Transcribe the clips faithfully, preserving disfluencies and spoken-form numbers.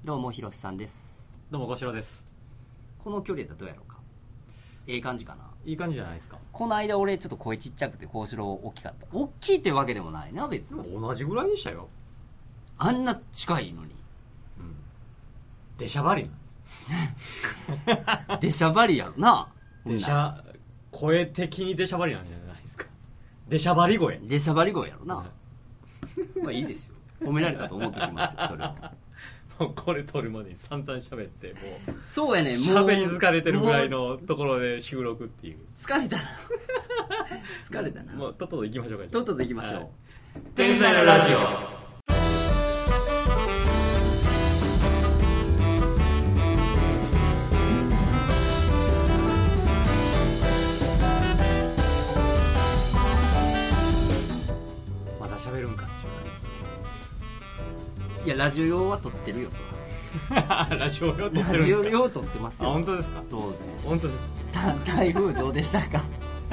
どうもひろしさんです。 どうもごしろです。 この距離だとどうやろうか。ええ感じかな。 いい感じじゃないですか。 この間俺ちょっと声ちっちゃくてこうしろ大きかった。大きいってわけでもないな別に。 でも同じぐらいでしたよ。 あんな近いのに。 うん。出しゃばりなんです。 出しゃばりやろな。 出しゃ声的に出しゃばりなんじゃないですか。出しゃばり声。 出しゃばり声やろな。まあいいですよ。褒められたと思ってきますよそれは。 もうこれ撮るまでに散々喋ってもうそうやね。もう喋り疲れてるぐらいのところで収録っていう。 疲れたな。疲れたな。 もうとっとと行きましょうか。 とっとと行きましょう。はい、 天才のラジオ。まだ喋るんかっていう感じですね。 いやラジオ用は撮ってるよそれ。 ラジオ用撮ってるんですか。 ラジオ用撮ってますよ。 あ、本当ですか。 当然。 本当です。 台風どうでしたか。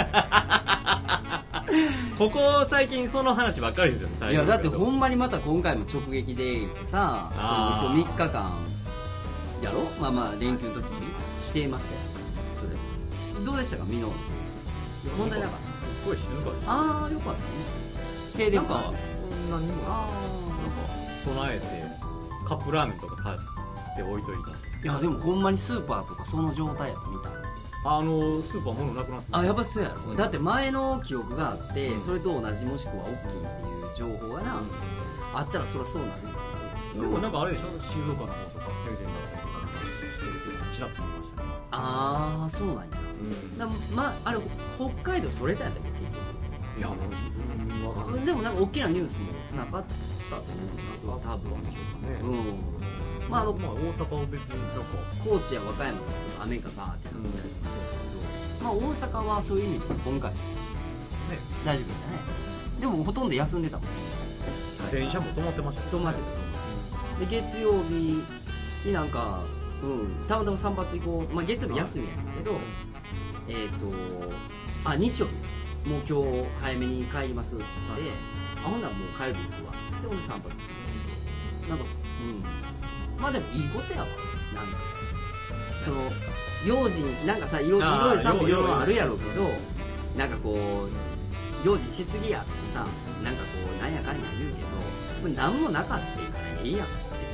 ここ最近その話ばっかりですよね。 いやだってほんまにまた今回も直撃で言ってさ、その一応みっかかんやろ、まあまあ連休の時に来ていましたよそれ。どうでしたかミノ。問題なかった。 すごい静かです。 ああよかったね。停電か何にもあなんか備えてカップラーメンとか買って置いといた。 いやでもほんまにスーパーとかその状態やったみたい。 あのスーパー物なくなって。 あやっぱそうやろ、うん、だって前の記憶があって、うん、それと同じもしくは大きいっていう情報がな、うん、あったらそりゃそうなるんだけど。 でもなんかあれでしょ、静岡の方とか停電だったりとかしてるっていうのちらっと見ましたね。 ああそうなんや、うん、だまああれ北海道それだよね結局。 いやもう、うん、分かんない。 でもなんか大きなニュースもなかったと思う多分、 ね、 うんまあ、あのまあ大阪は別になんか高知や和歌山がちょっと雨がバーってなったりましたけど、うん、まあ大阪はそういう意味で今回、ね、大丈夫だね。でもほとんど休んでたもんね。 電車も止まってました、ね、 止まってた、うん、で月曜日になんか、うん、たまたま散髪行こう、まあ、月曜日休みやねんけど、えっ、ー、とあ日曜日もう今日早めに帰りますっつって、はい、あほんならもう火曜日行くわっつってほんで散髪行ってなんかうんまあでもいいことやわ。なんかその用心なんかさいろいろ賛否両論あるやろうけどなんかこう用心しすぎやってさなんかこうなんやかんや言うけどこれ何もなかったからええやんって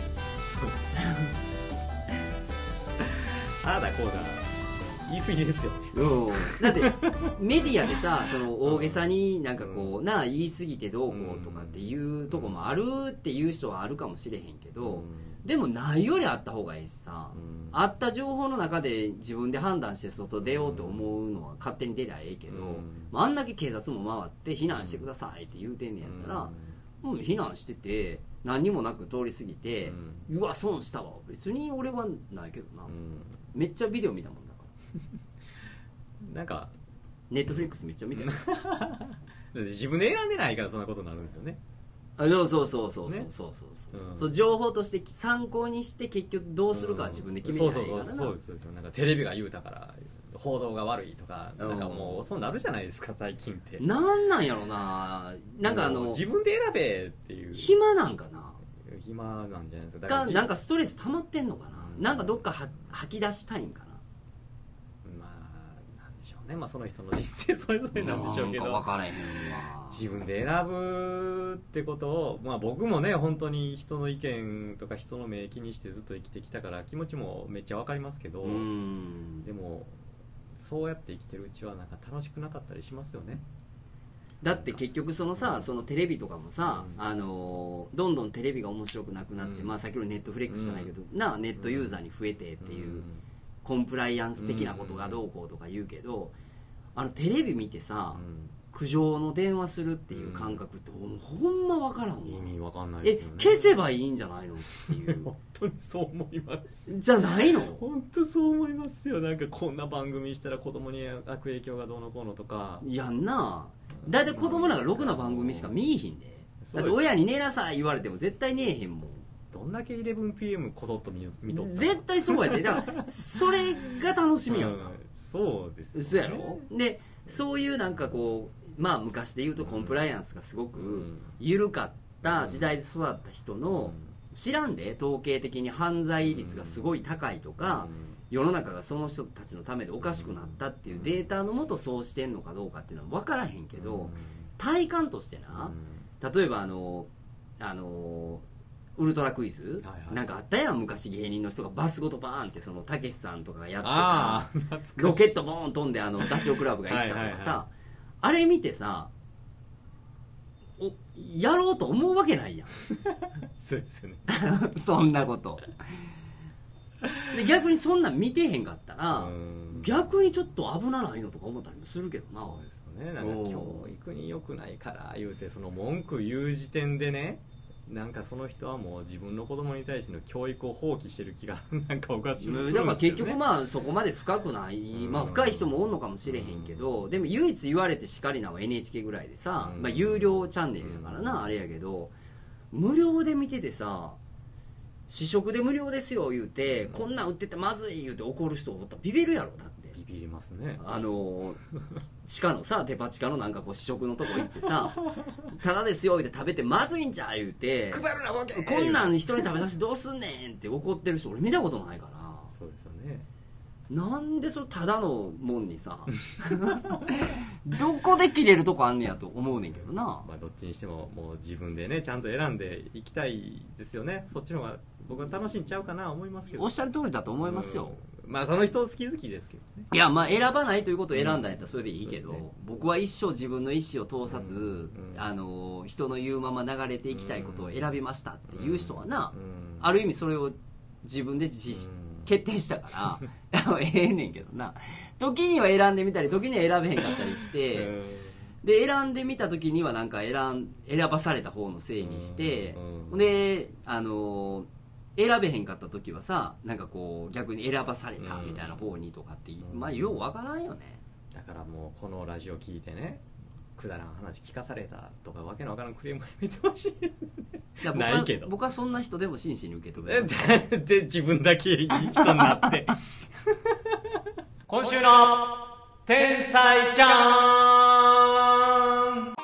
ああだこうだ言い過ぎですよ、 うん、だってメディアでさその大げさになんかこうな言い過ぎてどうこうとかっていうとこもあるっていう人はあるかもしれへんけど、うんでもないよりあった方がいいしさ、うん、あった情報の中で自分で判断して外出ようと思うのは勝手に出りゃええけど、うんまあ、あんだけ警察も回って避難してくださいって言うてんねやったら、うん、避難してて何にもなく通り過ぎて、うん、うわ損したわ別に俺はないけどな、うん、めっちゃビデオ見たもんだからなんかネットフリックスめっちゃ見たよ自分で選んでないからそんなことになるんですよね。 あそうそうそうそうそうそうそうそう、うん、そう情報として参考にして結局どうするかは自分で決めないからな、うん、そうそうそうそうなんかテレビが言うたから報道が悪いとかなんかもうそうなるじゃないですか最近ってなんなんやろななんかあの自分で選べっていう暇なんかな暇なんじゃないですか。 だからなんかストレス溜まってんのかな、うん、なんかどっかは吐き出したいんかな。ねまあ、その人の人生それぞれなんでしょうけどなんか分からへんわ自分で選ぶってことを、まあ、僕もね本当に人の意見とか人の目気にしてずっと生きてきたから気持ちもめっちゃ分かりますけどうんでもそうやって生きてるうちはなんか楽しくなかったりしますよね。 だって結局そのさそのテレビとかもさ、うん、あのどんどんテレビが面白くなくなって、うんまあ、先ほどネットフレックスじゃないけど、うん、なネットユーザーに増えてっていう、うんコンプライアンス的なことがどうこうとか言うけど、あのテレビ見てさ、うん、苦情の電話するっていう感覚って、うん、ほんま分からんわ。 意味分かんないですよね。 え消せばいいんじゃないのっていう本当にそう思います。 じゃないの本当そう思いますよ。なんかこんな番組したら子供に悪影響がどうのこうのとかやんな。だいたい子供なんかろくな番組しか見えひんで。だって親に寝なさい言われても絶対寝えへんもん。 どんだけ イレブンピーエム こそっと 見, 見とった絶対そうやで。だからそれが楽しみやんか、うん、 そうですよね。 そうやろ。でそういうなんかこうまあ昔で言うとコンプライアンスがすごく緩かった時代で育った人の知らんで統計的に犯罪率がすごい高いとか、うん、世の中がその人たちのためでおかしくなったっていうデータのもとそうしてんのかどうかっていうのは分からへんけど、うん、体感としてな、うん、例えばあのあのウルトラクイズ、はいはい、なんかあったやん昔芸人の人がバスごとバーンってそのたけしさんとかがやってたロケットボーン飛んであのダチョウ倶楽部が行ったとかさはいはい、はい、あれ見てさおやろうと思うわけないやんそうですよねそんなことで逆にそんなん見てへんかったら逆にちょっと危なないのとか思ったりもするけどな。 そうですよね。なんか教育に良くないから言うてその文句言う時点でね、なんかその人はもう自分の子供に対しての教育を放棄してる気がなんかおかしいするんですよね。 だから結局まあそこまで深くない、まあ深い人もおんのかもしれへんけど、でも唯一言われてしかりなのは エヌエイチケー ぐらいでさ、まあ有料チャンネルだからなあれやけど、無料で見ててさ、試食で無料ですよ言うて、こんなん売っててまずい言うて怒る人おったらビビるやろ。だってビビりますね。 あの地下のさデパ地下のなんかこう試食のとこ行ってさただですよ言うて食べてまずいんじゃ言うて配るなわけこんなん人に食べさせてどうすんねんって怒ってる人俺見たことないから。 そうですよね。 なんでそれただのもんにさどこで切れるとこあんねやと思うねんけどな。 まあどっちにしてももう自分でねちゃんと選んでいきたいですよね。そっちの方が僕は楽しんちゃうかな思いますけど。 おっしゃる通りだと思いますよ。 まあその人好き好きですけどね。 いやまあ選ばないということを選んだんやったらそれでいいけど、うんね、僕は一生自分の意思を通さず、うんうん、あの人の言うまま流れていきたいことを選びましたっていう人はな、うんうん、ある意味それを自分で自、うん、決定したからええねんけどな。時には選んでみたり時には選べへんかったりして、うん、で選んでみた時にはなんか選ん選ばされた方のせいにして、うん、であの選べへんかった時はさなんかこう逆に選ばされたみたいな方にとかって、うん、まあようわからんよね。 だからもうこのラジオ聞いてねくだらん話聞かされたとかわけのわからんクレームやめてほしいですね。ないけど僕はそんな人でも真摯に受け止めます。 で自分だけいい人になって今週の天才ちゃん。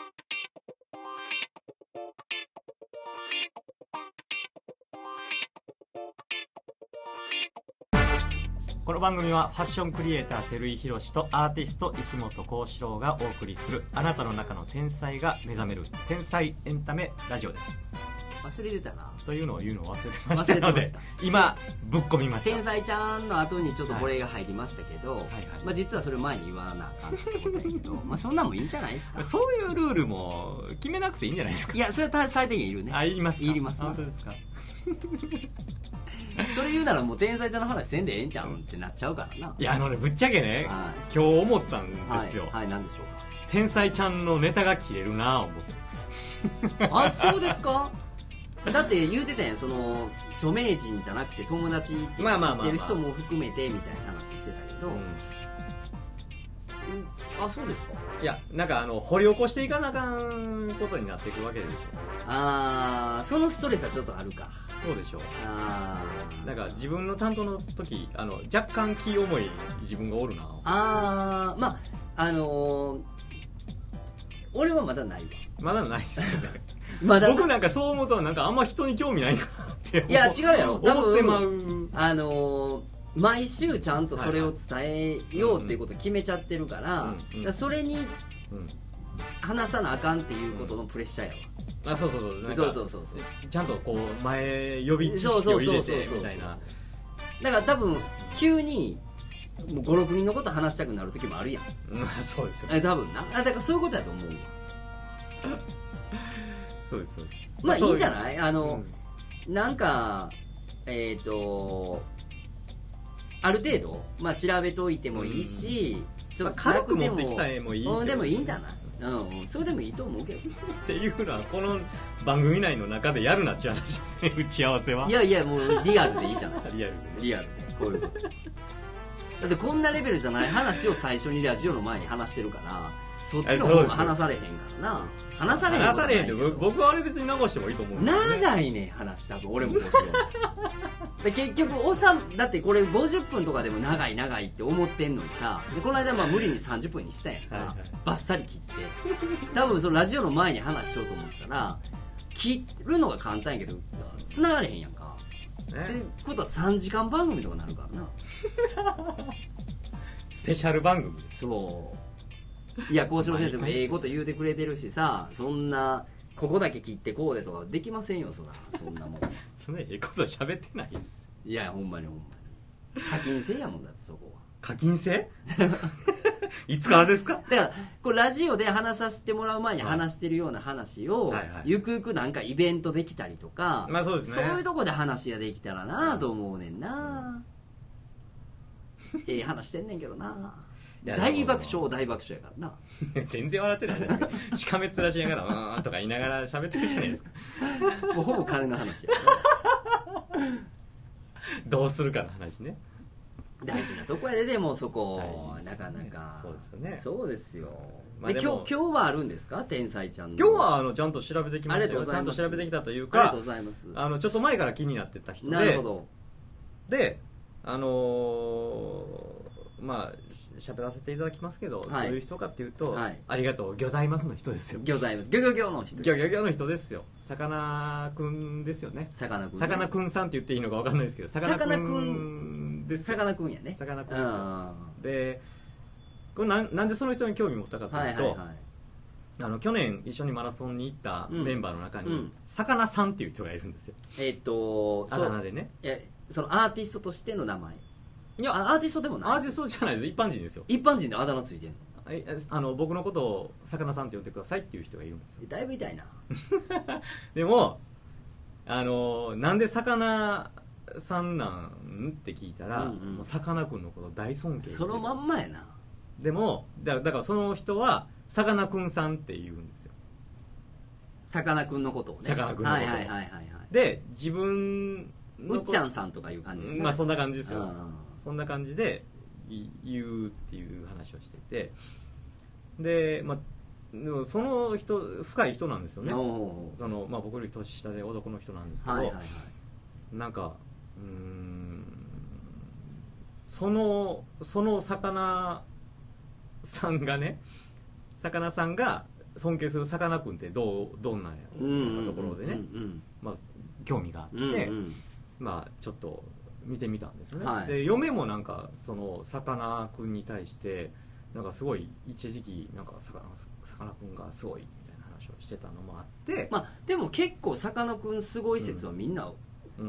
この番組はファッションクリエイター照井宏とアーティスト石本幸四郎がお送りするあなたの中の天才が目覚める天才エンタメラジオです。 忘れてたなというのを言うのを忘れてましたので今ぶっ込みました。 天才ちゃんの後にちょっとこれが入りましたけど、はいはいはい、まあ、実はそれ前に言わなあかんってことだけどまあそんなんもいいじゃないですか。 そういうルールも決めなくていいんじゃないですか。 いやそれは最低限いるね。 あ、いりますか。 いります。 本当ですかそれ言うならもう天才ちゃんの話せんでええんちゃうんってなっちゃうからな。 いやあのねぶっちゃけね、はい、今日思ったんですよ。 はい、はい、何でしょうか。 天才ちゃんのネタが切れるなぁ思ってあ、そうですか。だって言うてたやん、その著名人じゃなくて友達って知ってる人も含めてみたいな話してたけど、うん、あ、そうですか。 いやなんかあの掘り起こしていかなあかんことになっていくわけでしょ。 あー、そのストレスはちょっとあるか。 そうでしょう。 あー、なんか自分の担当の時あの若干気重い自分がおるな。 あー、まああのー、俺はまだないわ。 まだないっすよねまだ僕なんかそう思うとなんかあんま人に興味ないかなっていや違うやろ多分思ってまう。 あのー、毎週ちゃんとそれを伝えようっていうことを決めちゃってるから、うんうん、だからそれに話さなあかんっていうことのプレッシャーやわ。 あ、そうそうそう。 そうそうそうそう。 ちゃんとこう前予備知識を入れてみたいな。 だから多分急にもうごろくにんのこと話したくなる時もあるやん。 うん、そうですよ。 え、多分な。だからそういうことやと思うわ。 そうですそうです。 まあいいんじゃない。あの、うん、なんかえっ、ー、とある程度まあ調べといてもいいし、 うん、ちょっと軽く持ってきた絵もいいけど、 でもいいんじゃない。うん、それでもいいと思うけどっていうのはこの番組内の中でやるなっちゃう話ですね。打ち合わせは。 いやいやもうリアルでいいじゃないですか。 リアルで、ね、 リアルでこういうことだってこんなレベルじゃない話を最初にラジオの前に話してるからそっちの方が話されへんからな。話されへん話されへんって僕はあれ別に流してもいいと思う、ね、 長いね話多分俺ももちろんで結局おさだってこれごじゅっぷんとかでも長い長いって思ってんのにさでこの間まあ無理にさんじゅっぷんにしたやんか、はいはい、バッサリ切って多分そのラジオの前に話しようと思ったら切るのが簡単やけど繋がれへんやんか、 ね、 ってことはさんじかん番組とかなるからなスペシャル番組。 そういや幸四郎先生もええこと言うてくれてるしさ、そんなここだけ切ってこうでとかできませんよ、そらそんなもんそんなええこと喋ってないです。 いやほんまにほんまに課金制やもんだって、そこは課金制いつからですか。 だからこれラジオで話させてもらう前に話してるような話を、はいはいはい、ゆくゆくなんかイベントできたりとか、 まあそうですね、 そういうとこで話ができたらなと思うねんな、うん、ええ話してんねんけどな、大爆笑大爆笑やからな全然笑ってないねしかめっ面しながらうーんとか言いながら喋ってるじゃないですかもうほぼ金の話やどうするかの話ね。 大事なとこやで、でもそこ、ね、なかなかそうですよね。 そうですよ、 まあ、 で今日今日はあるんですか、天才ちゃんの。 今日はあのちゃんと調べてきましたよ。ちゃんと調べてきたというか、 ありがとうございます。 あのちょっと前から気になってた人で、 なるほど。 であのー、まあ喋らせていただきますけど、はい、どういう人かっていうと、はい、ありがとうギョざいますの人ですよ。 ギョざいます。ギョギョギョの人。 ギョギョギョの人ですよ。さかなクンですよね。 さかなクン、ね。 さかなクンさんって言っていいのかわかんないですけど、さかなクンです。 さかなクンやね。 さかなクンですよ。で、これなん、なんでその人に興味持ったかというと、はいはいはい、あの去年一緒にマラソンに行ったメンバーの中に、うん、さかなさんっていう人がいるんですよ。 えー、っと、 あだ名でね。 え、そのアーティストとしての名前。 いやアーティストでもない。 アーティストじゃないです。一般人ですよ。 一般人であだ名ついてんの。 あの僕のことをさかなさんって呼んでくださいっていう人がいるんですよ。 だいぶ痛いなでもあのなんでさかなさんなんって聞いたら、さかなクンのこと大尊敬してる。 そのまんまやな。 でも だ, だからその人はさかなクンさんって言うんですよ。 さかなクンのことをね。 さかなクンのことを、はいはいはいはい、で自分うっちゃんさんとかいう感じ、ね、 まあそんな感じですよ。そんな感じで言うっていう話をしてて、で、まあ、でもその人深い人なんですよね。その、まあ、僕より年下で男の人なんですけど、はいはいはい、なんかうーんそのその魚さんがね、魚さんが尊敬するさかなクンってどうどんなんやろうなところでね、まあ、興味があって、うんうん、まあちょっと見てみたんですよね、はい、で嫁もなんかそのさかなクンに対してなんかすごい一時期なんかさかなクンがすごいみたいな話をしてたのもあって、 まあ、でも結構さかなクンすごい説はみんな、うん、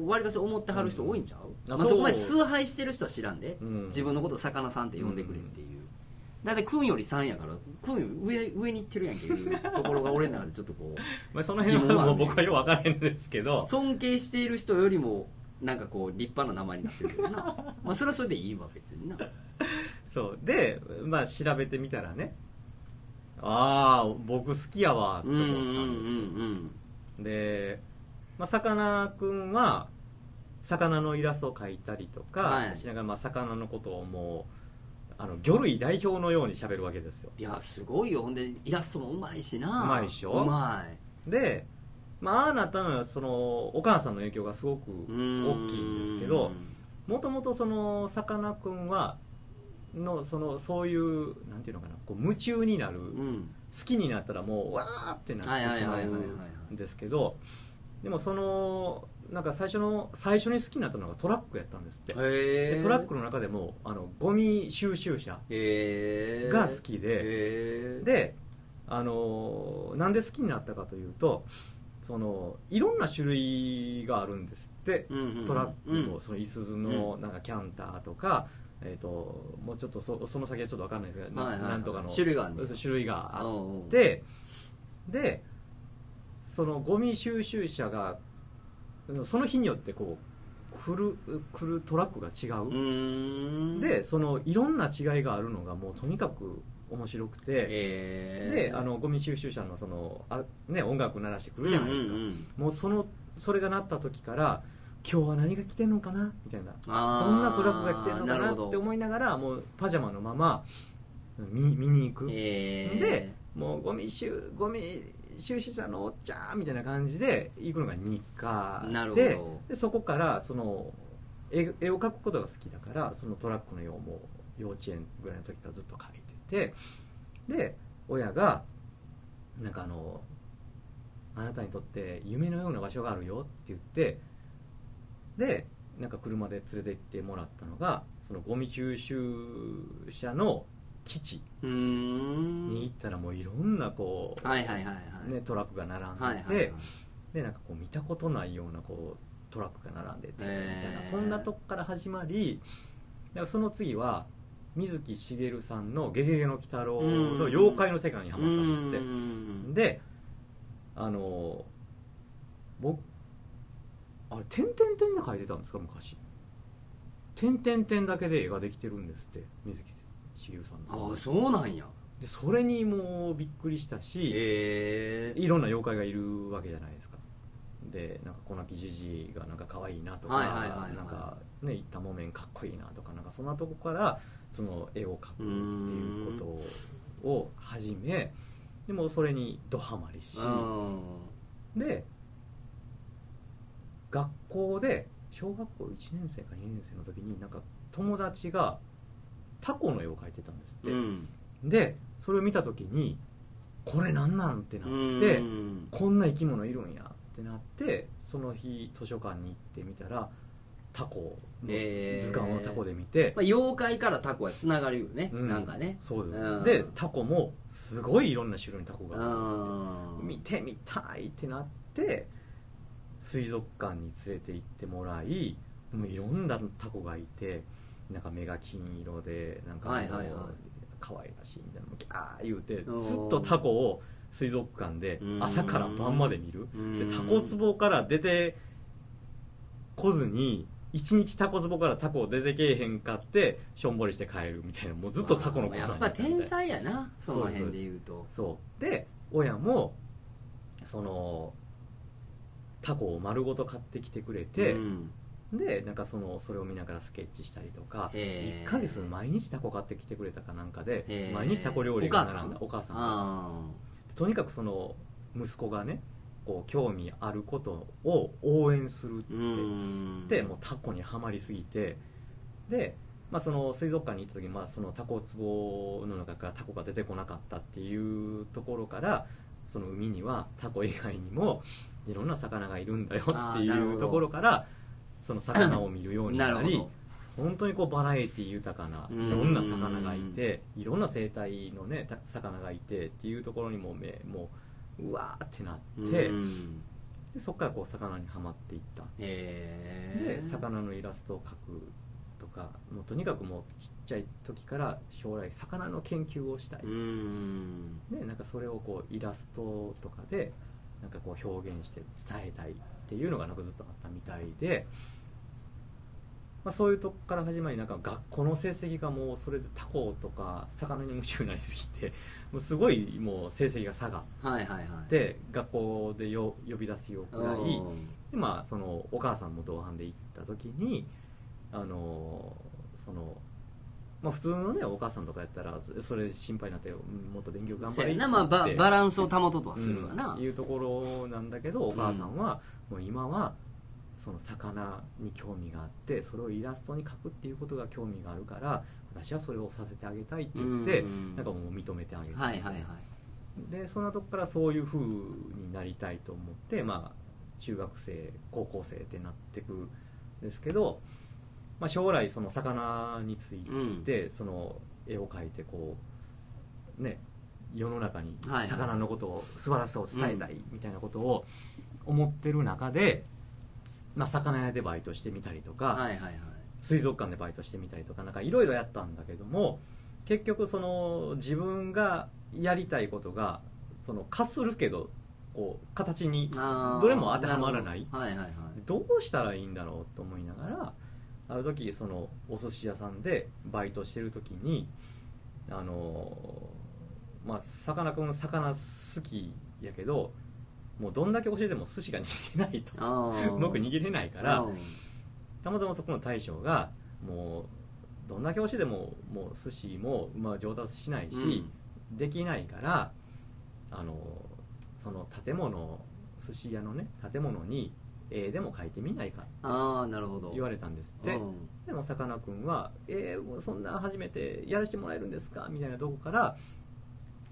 わりかし思ってはる人多いんちゃう、うんまあ、そこまで崇拝してる人は知らんで、うん、自分のことさかなさんって呼んでくれっていう、うん、だってクンよりさんやからクン上上に行ってるやんけいうところが俺の中でちょっとこうまあその辺はもう僕はよく分からへんですけど、 尊敬している人よりもなんかこう立派な名前になってるけどなまあそれはそれでいいわ別にな。 そうで、まあ、調べてみたらね、ああ僕好きやわと思ったんですよ、うんうんうんうん、でさかなクンは魚のイラストを描いたりとか、はい、しながら、まあ、魚のことをもうあの魚類代表のように喋るわけですよ。 いやすごいよ。ほんでイラストもうまいしな。 うまいでしょ。 うまいでまあああなったのはそのお母さんの影響がすごく大きいんですけど、もともとそのさかなクンはのそのそういうなんていうのかな、こう夢中になる、うん、好きになったらもうわーってなってしまうんですけど、でもそのなんか最初の最初に好きになったのがトラックやったんですって。でトラックの中でもあのゴミ収集車が好きで、であのなんで好きになったかというと、そのいろんな種類があるんですって、うんうんうん、トラックもそのいすゞのなんかキャンターとか、えー、ともうちょっと そ, その先はちょっと分かんないですけど、はいはいはい、なんとかの種類がある、ね、 種類があって、でそのゴミ収集車がその日によってこう来る来るトラックが違う、うーんでそのいろんな違いがあるのがもうとにかく面白くて、えー、であのゴミ収集車のそのあ、ね、音楽鳴らしてくるじゃないですか、うんうんうん、もうそのそれが鳴った時から今日は何が来てんのかなみたいな、どんなトラックが来てんのかなって思いながらもうパジャマのまま 見, 見に行く、えー、でもうゴミ収ゴミ収集車のおっちゃんみたいな感じで行くのが日課で、でそこからその 絵, 絵を描くことが好きだから、そのトラックの絵をもう幼稚園ぐらいの時からずっと描いてて、で親がなんかあのあなたにとって夢のような場所があるよって言って、でなんか車で連れて行ってもらったのがそのゴミ収集車の基地に行ったら、もういろんなこう、 はいはいはいはいね、トラックが並んでて、 はいはいはい、 でなんかこう見たことないようなこうトラックが並んでて、 えー、 みたいなそんなとこから始まり、だからその次は水木しげるさんの「ゲゲゲの鬼太郎」の妖怪の世界にハマったんですって。であの僕あれ点々点で描いてたんですか昔。点々点だけで絵ができてるんですって水木しげるさんの。 ああそうなんや。 でそれにもうびっくりしたし、 えー、 いろんな妖怪がいるわけじゃないですか。でなんか小泣きじじいがなんか可愛いなとか、 はいはいはいはい、 なんかねいったもめんかっこいいなとか、なんかそんなとこからその絵を描くっていうことを始め、でもそれにドハマりし、で学校で小学校いちねん生かにねん生の時になんか友達がタコの絵を描いてたんですって、うん、でそれを見た時にこれなんなんってなって、こんな生き物いるんやってなって、その日図書館に行ってみたらタコの図鑑をタコで見て、 えーまあ、妖怪からタコはつながるよね、うん、なんかね。 そうです、うん、でタコもすごいいろんな種類のタコがあって見てみたいってなって、水族館に連れて行ってもらい、もういろんなタコがいて、なんか目が金色でなんか可愛らしいみたいなのギャー言うて、ずっとタコを水族館で朝から晩まで見る。でタコ壺から出てこずに一日タコ壺からタコ出てけえへんかってしょんぼりして帰るみたいな、もうずっとタコの子なんやっぱ天才やな、その辺で言うと。 そうで親もそのタコを丸ごと買ってきてくれて、うん、でなんかそのそれを見ながらスケッチしたりとか、いっかげつ毎日タコ買ってきてくれたかなんかで、毎日タコ料理が並んだお母さんが、とにかくその息子がねこう興味あることを応援するって言って、もうタコにはまりすぎて、で、まあ、その水族館に行った時に、まあ、そのタコ壺の中からタコが出てこなかったっていうところから、その海にはタコ以外にもいろんな魚がいるんだよっていうところからその魚を見るようになり本当にこうバラエティ豊かないろんな魚がいて、いろんな生態のね魚がいてっていうところにも目もううわーってなって、でそこからこう魚にはまっていった。で魚のイラストを描くとか、もうとにかくもうちっちゃい時から将来魚の研究をしたい。でなんかそれをこうイラストとかでなんかこう表現して伝えたいっていうのがなんかずっとあったみたいで、まあ、そういうとこから始まり、なんか学校の成績がもうそれでタコとか魚に夢中になりすぎて、もうすごいもう成績が下がって、はいはいはい、で学校でよ呼び出すよくらいで、まあ、そのお母さんも同伴で行った時に、あのそのまあ、普通のねお母さんとかやったらそれ心配になってもっと勉強頑張りって、 まあ、バ, バランスを保とうとはするわな、 うん、いうところなんだけど、お母さんはもう今はその魚に興味があって、それをイラストに描くっていうことが興味があるから、私はそれをさせてあげたいって言って、なんかもう認めてあげて、はいはいはい、でそんなとこからそういう風になりたいと思って、まあ、中学生高校生ってなってくんですけど、まあ、将来その魚についてその絵を描いてこうね世の中に魚のことを素晴らしさを伝えたいみたいなことを思ってる中で、まあ、魚屋でバイトしてみたりとか、はいはいはい、水族館でバイトしてみたりとか、なんかいろいろやったんだけども、結局その自分がやりたいことがそのかするけどこう形にどれも当てはまらない、はいはいはい、どうしたらいいんだろうと思いながら、ある時そのお寿司屋さんでバイトしてる時に、あのまあさかなクン魚好きやけどもうどんだけ教えても寿司が握れないとうまく握れないから、たまたまそこの大将がもうどんだけ教えてももう寿司もまあ上達しないし、うん、できないから、あのその建物寿司屋のね建物に絵でも描いてみないかって言われたんですって。でもさかなクンはえー、もうそんな初めてやらせてもらえるんですかみたいなとこから、あ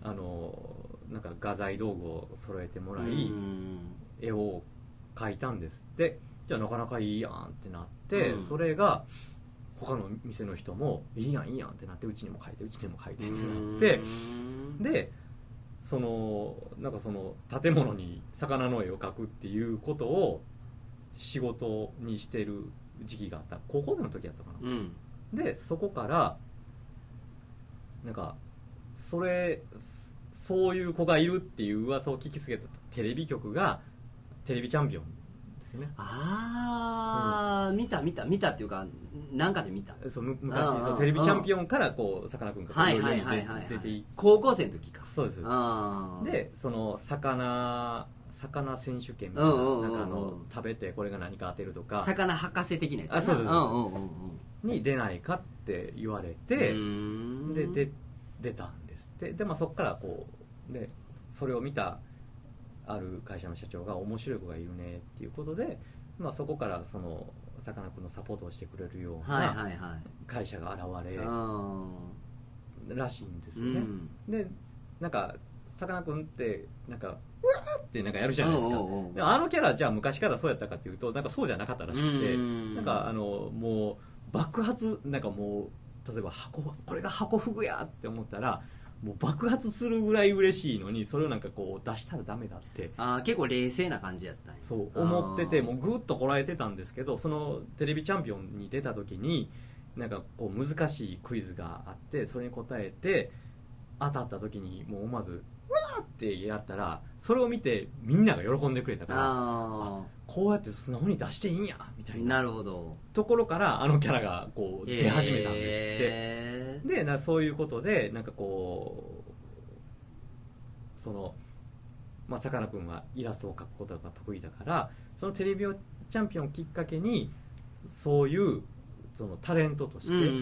あのなんか画材道具を揃えてもらい絵を描いたんですって。じゃあなかなかいいやんってなって、うん、それが他の店の人もいいやんいいやんってなって、うちにも描いてうちにも描いてってなって、でそのなんかその建物に魚の絵を描くっていうことを仕事にしてる時期があった。高校生の時やったかな、うん、でそこからなんかそれそういう子がいるっていう噂を聞きつけたテレビ局がテレビチャンピオンですよね。 ああ、うん、見た見た見たっていうかなんかで見た。 そう昔そうテレビチャンピオンからこうさかなクンがはいはいはいはい、出て高校生の時か。 そうです。あでその魚魚選手権みたいな、うんうんうんうん、なんかあの食べてこれが何か当てるとか魚博士的なやつ。 あそうです、うんうんうんうん、に出ないかって言われて、でで出たんですって。で、まあ、そこからこうでそれを見たある会社の社長が面白い子がいるねっていうことで、まあ、そこからそのさかなクンのサポートをしてくれるような会社が現れらしいんですよね、うん、でなんかさかなクンってなんかうわーってなんかやるじゃないですか。であのキャラじゃあ昔からそうやったかっていうとなんかそうじゃなかったらしくて、なんかあのもう爆発なんかもう例えば箱これが箱フグやって思ったらもう爆発するぐらい嬉しいのに、それをなんかこう出したらダメだって。 あ結構冷静な感じやったんや。 そう思っててもうグッとこらえてたんですけど、そのテレビチャンピオンに出た時になんかこう難しいクイズがあって、それに答えて当たった時にもう思わずうわーってやったら、それを見てみんなが喜んでくれたから、あこうやって素直に出していいんやみたいな、 なるほどところからあのキャラがこう出始めたんですって、えー、でなそういうことでなんかこうそのまあさかなクンはイラストを描くことが得意だから、そのテレビチャンピオンをきっかけにそういうそのタレントとして、うんうんうん、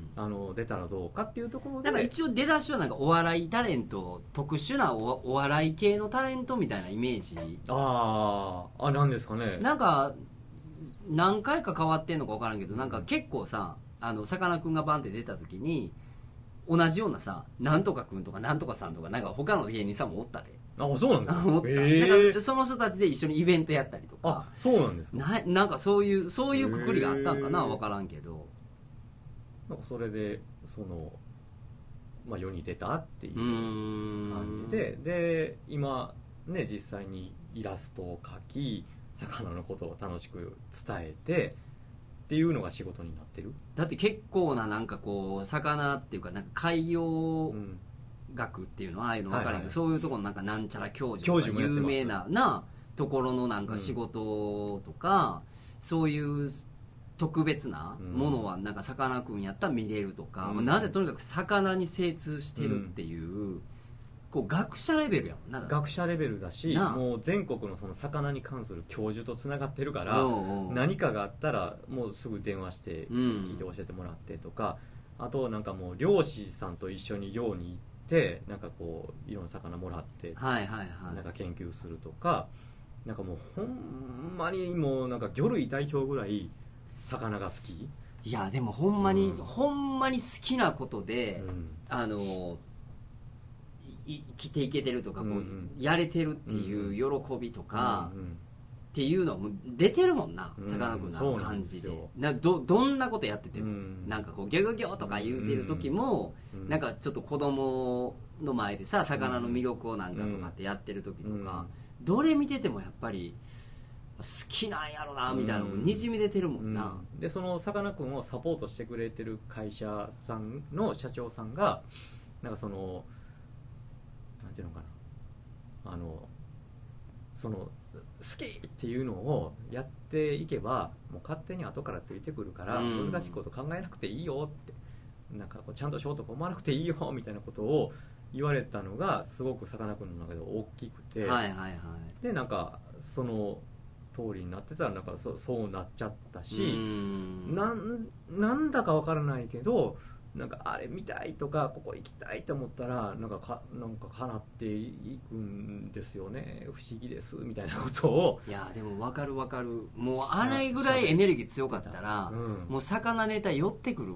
あの出たらどうかっていうところで、 なんか一応出だしはなんかお笑いタレント、特殊な お, お笑い系のタレントみたいなイメージ。 ああなんですかね。 なんか何回か変わってんのか分からんけど、なんか結構さあのさかなクンがバンって出た時に同じようなさなんとかくんとかなんとかさんとかなんか他の芸人さんもおったで。 あそうなんですか。 思った、えー、だからその人たちで一緒にイベントやったりとか。 あそうなんですか。 な, なんかそういうそういうくくりがあったんかな、分からんけど、 なんかそれでその、まあ、世に出たっていう感じで、で今ね実際にイラストを描き魚のことを楽しく伝えてっていうのが仕事になってる。 だって結構ななんかこう魚っていうかなんか海洋、うん学っていうのはああいうの分からんけど、はいはい、そういうところのなんかなんちゃら教授とか有名ななところのなんか仕事とか、うん、そういう特別なものはなんかさかなクンやったら見れるとか、うん、なぜとにかく魚に精通してるっていう、うん、こう学者レベルやもんな。 学者レベルだし、もう全国のその魚に関する教授とつながってるから、おうおう何かがあったらもうすぐ電話して聞いて教えてもらってとか、うん、あとなんかもう漁師さんと一緒に漁に行ってでなんかこういろんな魚もらって、はいはいはい、なんか研究するとか、なんかもうほんまにもうなんか魚類代表ぐらい魚が好き。 いやでもほんまに、うん、ほんまに好きなことで、うん、あの生きていけてるとか、うんうん、こうやれてるっていう喜びとか、うんうん、っていうのはもう出てるもんな、さかなクンのあの感じで。な ど, どんなことやってても、うん、なんかこうギョギョギョとか言うてる時も、うん、なんかちょっと子供の前でさ魚の魅力をなんかとかってやってる時とか、うん、どれ見ててもやっぱり好きなんやろなみたいなのもにじみ出てるもんな、 うんうん、でそのさかなクンをサポートしてくれてる会社さんの社長さんがなんかそのなんていうのかな、あのその好きっていうのをやっていけばもう勝手に後からついてくるから、うん、難しいこと考えなくていいよって、なんかこうちゃんとしようとか思わなくていいよみたいなことを言われたのがすごくさかなクンの中で大きくて、はいはいはい、でなんかその通りになってたらなんか そ, そうなっちゃったし、ん な, なんだかわからないけどなんかあれ見たいとかここ行きたいと思ったらなんかかなんか叶っていくんですよね、不思議ですみたいなことを。 いやでも分かる分かる、もうあれぐらいエネルギー強かったら、うん、もう魚ネタ寄ってくるわ。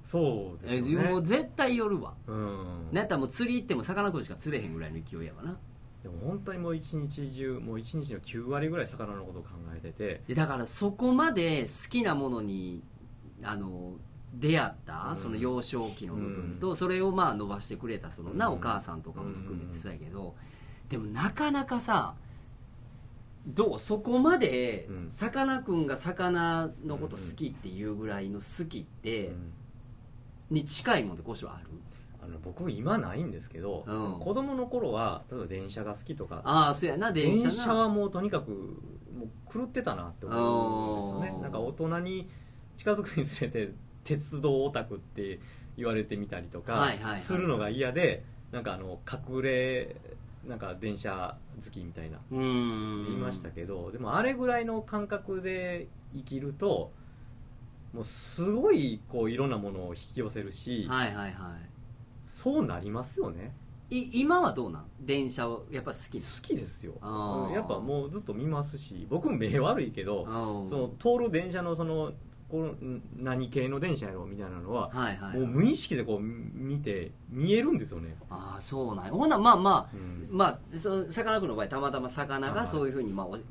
そうですよね。 もう絶対寄るわ。 うん。 なんやったらもう釣り行っても魚くんしか釣れへんぐらいの勢いやわな。 でも本当にもう一日中もう一日のきゅうわりぐらい魚のことを考えてて、 でだからそこまで好きなものにあの出会った、うん、その幼少期の部分と、うん、それをまあ伸ばしてくれたそのな、うん、お母さんとかも含めてそうやけど、うん、でもなかなかさ、どうそこまでさかなクンが魚のこと好きっていうぐらいの好きって、うん、に近いもんでこうしはある？ あの僕今ないんですけど、うん、子供の頃は例えば電車が好きとか、 ああそうやな、電車な、 電車はもうとにかくもう狂ってたなって思うんですよね。なんか大人に近づくにつれて鉄道オタクって言われてみたりとかするのが嫌で、なんかあの隠れなんか電車好きみたいな言いましたけど、でもあれぐらいの感覚で生きるともうすごいこういろんなものを引き寄せるし、 はいはいはい、 そうなりますよね。 い今はどうなん？電車をやっぱ好きな？ 好きですよ。やっぱもうずっと見ますし、僕目悪いけどその通る電車のそのこの何系の電車やろみたいなのは、はいはいはい、もう無意識でこう見て見えるんですよね。 ああそうなんや。ほなまあまあ、うん、まあそさかなクンの場合たまたま魚がそういうふうに、まあうん、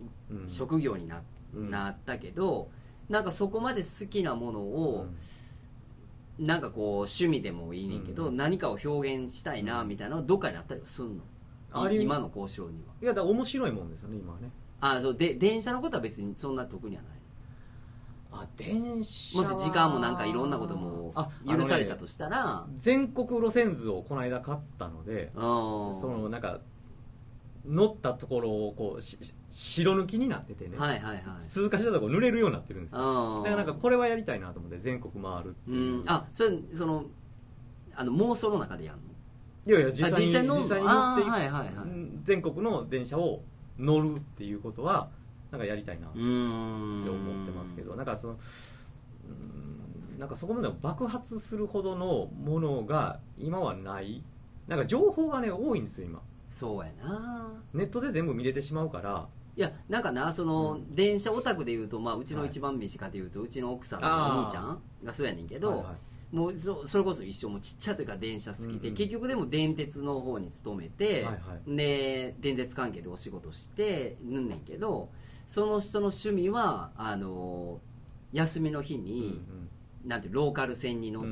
職業に な,、うん、なったけど、なんかそこまで好きなものを、うん、なんかこう趣味でもいいねんけど、うん、何かを表現したいなみたいなのはどっかにあったりはすんの？あ今の交渉には。 いやだから面白いもんですよね今はね。 あそうで電車のことは別にそんな得にはない。 あ電車もし時間もなんかいろんなことも許されたとしたら、 ね、全国路線図をこの間買ったので、そのなんか乗ったところをこうし白抜きになっててね、はいはいはい、通過したところ濡れるようになってるんですよ。だからなんかこれはやりたいなと思って全国回るっていう。 うん、あそれそのあの妄想の中でやるの？ いやいや実際に、実際の実際に乗っていく、 はいはいはい、 全国の電車を乗るっていうことはなんかやりたいなって思ってますけど、なんかそのうんなんかそこまで爆発するほどのものが今はない。なんか情報がね多いんですよ今。 そうやな、 ネットで全部見れてしまうから。 いやなんかなその、うん、電車オタクでいうと、まあ、うちの一番短でいうと、はい、うちの奥さんのお兄ちゃんがそうやねんけど、はいはい、もう そ, それこそ一緒もちっちゃい時から電車好きで、うんうん、結局でも電鉄の方に勤めて、はいはい、で電鉄関係でお仕事してるんねんけど、その人の趣味はあの休みの日に、うんうん、なんてローカル線に乗って、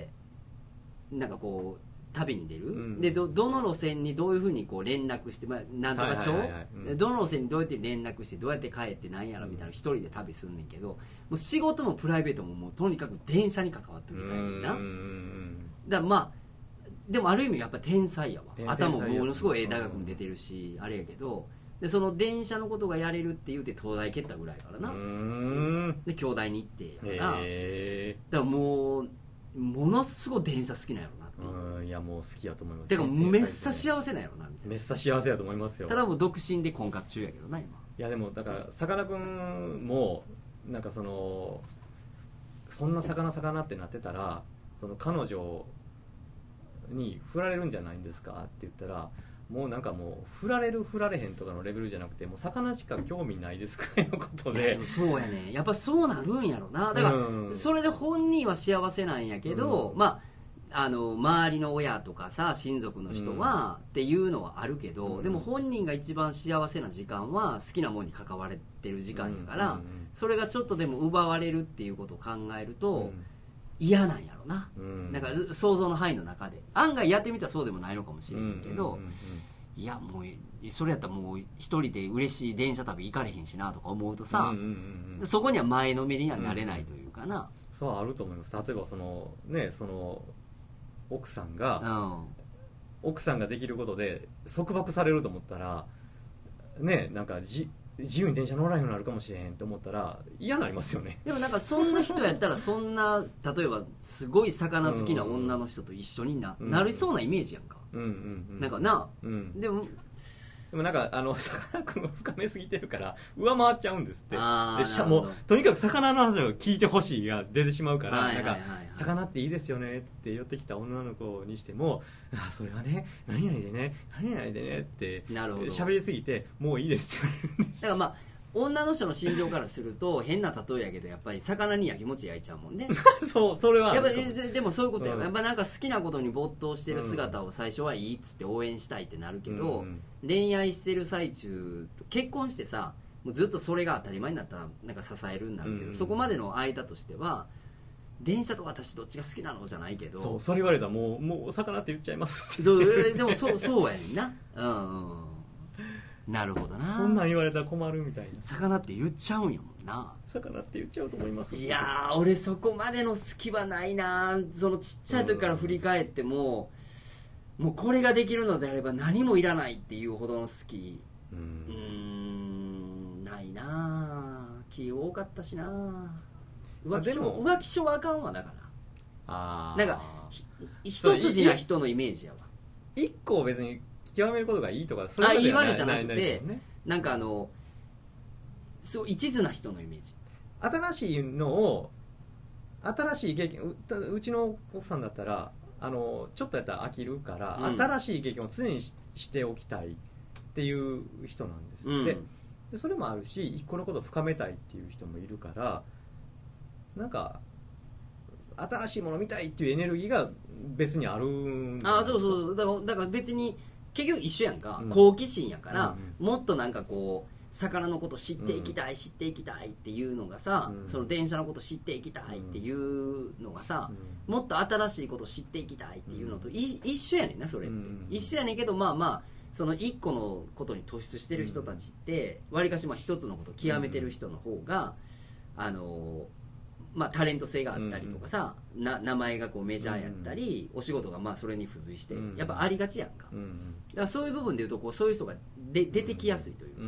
うん、なんかこう旅に出る、うん、で ど, どの路線にどういうふうにこう連絡して、まあ、なんとか町、どの路線にどうやって連絡してどうやって帰ってなんやらみたいな一人で旅すんねんけど、もう仕事もプライベートももうとにかく電車に関わってみたいな。だからまあでもある意味やっぱ天才やわ。頭もものすごいええ大学も出てるしあれやけど、でその電車のことがやれるって言うて東大蹴ったぐらいからな。うーんで京大に行ってやから、へだからもうものすごい電車好きなんやろなっていう。 うんいやもう好きやと思います。 てかめっさ幸せなんやろなみたいな。 めっさ幸せやと思いますよ。 ただもう独身で婚活中やけどな今。 いやでもだからさかなクンもなんかそのそんな魚魚ってなってたらその彼女に振られるんじゃないんですかって言ったら、もうなんかもう振られる振られへんとかのレベルじゃなくてもう魚しか興味ないですくらいのことで。いやでもそうやね、やっぱそうなるんやろな。だからそれで本人は幸せなんやけど、うん、まああの周りの親とかさ親族の人は、うん、っていうのはあるけど、うん、でも本人が一番幸せな時間は好きなものに関われてる時間やから、うんうんうん、それがちょっとでも奪われるっていうことを考えると、うん、嫌なんやろな、うん、なんか想像の範囲の中で案外やってみたらそうでもないのかもしれんけど、うんうんうんうん、いやもうそれやったらもう一人で嬉しい電車旅行かれへんしなとか思うとさ、うんうんうん、そこには前のめりにはなれないというかな、うん、 そうあると思います。例えばそのねその奥さんが、うん、奥さんができることで束縛されると思ったらね、なんかじ自由に電車乗らへんようになるかもしれへんと思ったら嫌になりますよね。 でもなんかそんな人やったらそんな例えばすごい魚好きな女の人と一緒に な,、うん、なりそうなイメージやんか、うんうんうん、なんかな、うん、でもでもなんかあのさかなクンが深めすぎてるから上回っちゃうんですって。あでもうとにかく魚の話を聞いてほしいが出てしまうから、はいはいはいはい、なんか魚っていいですよねって寄ってきた女の子にしても、あそれはね何々でね何々でねって喋りすぎてもういいですって言われるんです。 だからまあ女の人の心情からすると変な例えやけどやっぱり魚にやきもち焼いちゃうもんねそうそれはやっぱりでもそういうことや、うん、やっぱなんか好きなことに没頭してる姿を最初はいいっつって応援したいってなるけど、うん、恋愛してる最中結婚してさもうずっとそれが当たり前になったらなんか支えるんなるけど、うん、そこまでの間としては電車と私どっちが好きなのじゃないけどそうそれ言われたらもうもうお魚って言っちゃいますそうでもそうそうやねんなうん、うん、なるほどなそんなん言われたら困るみたいな魚って言っちゃうんやもんな魚って言っちゃうと思いますいやー俺そこまでの好きはないなそのちっちゃい時から振り返ってももうこれができるのであれば何もいらないっていうほどの好きうーんないな気多かったしな浮気症浮気症はあかんわだからあなんか一筋な人のイメージやわ一個別に極めることがいいとかそういうことじゃないじゃなくてな、ね、なんかあのそう一途な人のイメージ新しいのを新しい経験 う, うちの奥さんだったらあのちょっとやったら飽きるから、うん、新しい経験を常に し, しておきたいっていう人なんですって、うん、でそれもあるし一個のことを深めたいっていう人もいるからなんか新しいもの見たいっていうエネルギーが別にあるんああそうそうだからだから別に結局一緒やんか、うん、好奇心やから、うん、もっとなんかこう魚のこと知っていきたい、うん、知っていきたいっていうのがさ、うん、その電車のこと知っていきたいっていうのがさ、うん、もっと新しいこと知っていきたいっていうのと、うん、一緒やねんなそれって、うん、一緒やねんけどまあまあその一個のことに突出してる人たちってわりかしまあ一つのことを極めてる人の方が、うん、あのまあ、タレント性があったりとかさ、うん、な名前がこうメジャーやったり、うん、お仕事がまあそれに付随してやっぱありがちやんか、うん、だからそういう部分でいうとこうそういう人がで出てきやすいというか、うん、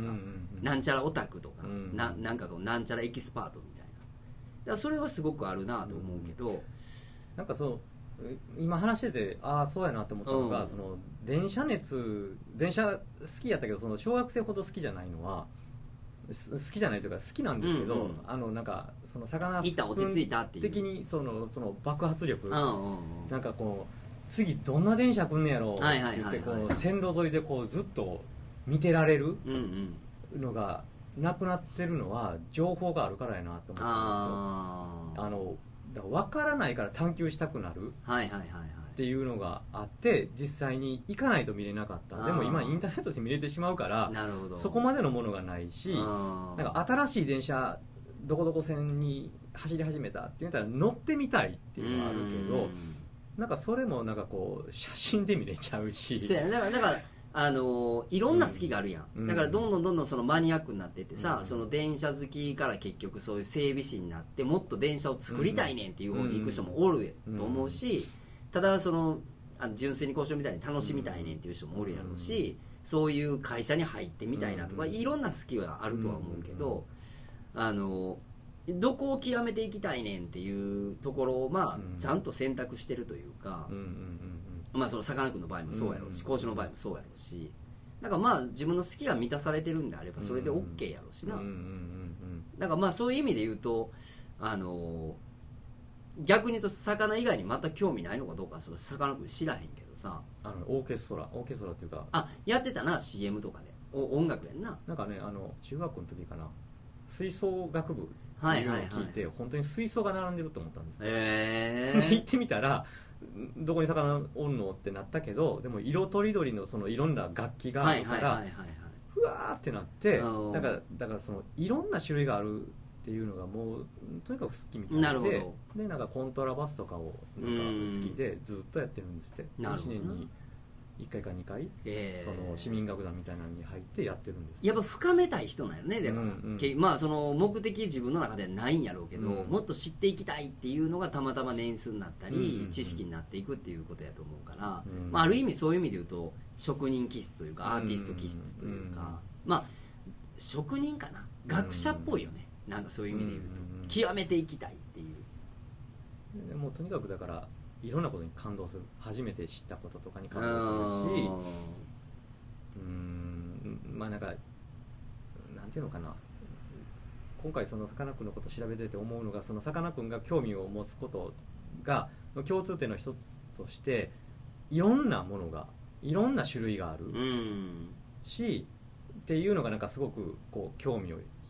なんちゃらオタクとか、うん、な, なんかこうなんちゃらエキスパートみたいなだからそれはすごくあるなと思うけど、うん、 なんかそう今話しててああそうやなと思ったのが、うん、その電車熱電車好きやったけどその小学生ほど好きじゃないのは好きじゃないというか好きなんですけど、うんうん、あのなんかその魚一旦落ち着いたっていう的にそのその爆発力、うんうんうん、なんかこう次どんな電車来んねやろって言ってこう線路沿いでこうずっと見てられるのがなくなってるのは情報があるからやなと思ったんですよ。ああのだから分からないから探求したくなる、はいはいはいはいっていうのがあって実際に行かないと見れなかった。でも今インターネットで見れてしまうからそこまでのものがないしなんか新しい電車どこどこ線に走り始めたって言ったら乗ってみたいっていうのはあるけどなんかそれもなんかこう写真で見れちゃうしそうや、ね、だからだからあのいろんな好きがあるやん、うん、だからどんどんどんどんそのマニアックになっていってさ、うん、その電車好きから結局そういう整備士になってもっと電車を作りたいねんっていう方に行く人もおると思うし、ただそのあの純粋に交渉みたいに楽しみたいねんっていう人もおるやろうし、そういう会社に入ってみたいなとかいろんな好きはあるとは思うけど、あのどこを極めていきたいねんっていうところをまあちゃんと選択してるというか、まあそのさかなクンの場合もそうやろうし交渉の場合もそうやろうし、なんかまあ自分の好きが満たされてるんであればそれで OK やろうしな。だからまあそういう意味で言うとあの逆に言うと魚以外にまた興味ないのかどうかそのさかなクン知らへんけどさ、 あのオーケストラオーケストラっていうかあやってたな シーエム とかでお音楽やんな。 なんかねあの中学校の時かな吹奏楽部っていうのを聞いて、はいはいはい、本当に水槽が並んでると思ったんですね、えー、行ってみたらどこに魚おんのってなったけどでも色とりどりのそのいろんな楽器があるからふわーってなってだからだからそのいろんな種類があるっていうのがもうとにかく好きみたいで、なるほどでなんかコントラバスとかをなんか好きでずっとやってるんですって。いちねんにいっかいかにかい、えー、その市民楽団みたいなのに入ってやってるんです。 やっぱ深めたい人なんよねでも、うんうん、まあその目的自分の中ではないんやろうけど、うん、もっと知っていきたいっていうのがたまたま年数になったり、うんうん、知識になっていくっていうことやと思うから、うんまあ、ある意味そういう意味で言うと職人気質というかアーティスト気質というか、うんうん、まあ職人かな学者っぽいよね、うん、なんかそういう意味で言うと、うんうん、極めていきたいっていうもうとにかくだからいろんなことに感動する。初めて知ったこととかに感動するしうーんまあなんかなんていうのかな今回そのさかなクンのこと調べてて思うのがそのさかなクンが興味を持つことが共通点の一つとしていろんなものがいろんな種類があるしっていうのがなんかすごくこう興味を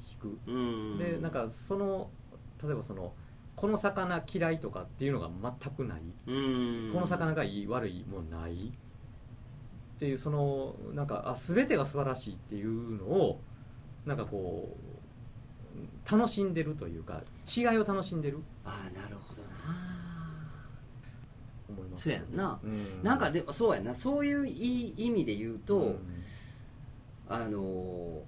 く、 うん、 でなんかその例えばそのこの魚嫌いとかっていうのが全くない、 うん、 この魚がいい悪いもないっていう、そのなんかあ全てが素晴らしいっていうのをなんかこう楽しんでるというか、違いを楽しんでる。 ああなるほどな、 思います、 そうやんな、 うん、 なんかでもそうやな、そういう意味で言うと、うん、あのー、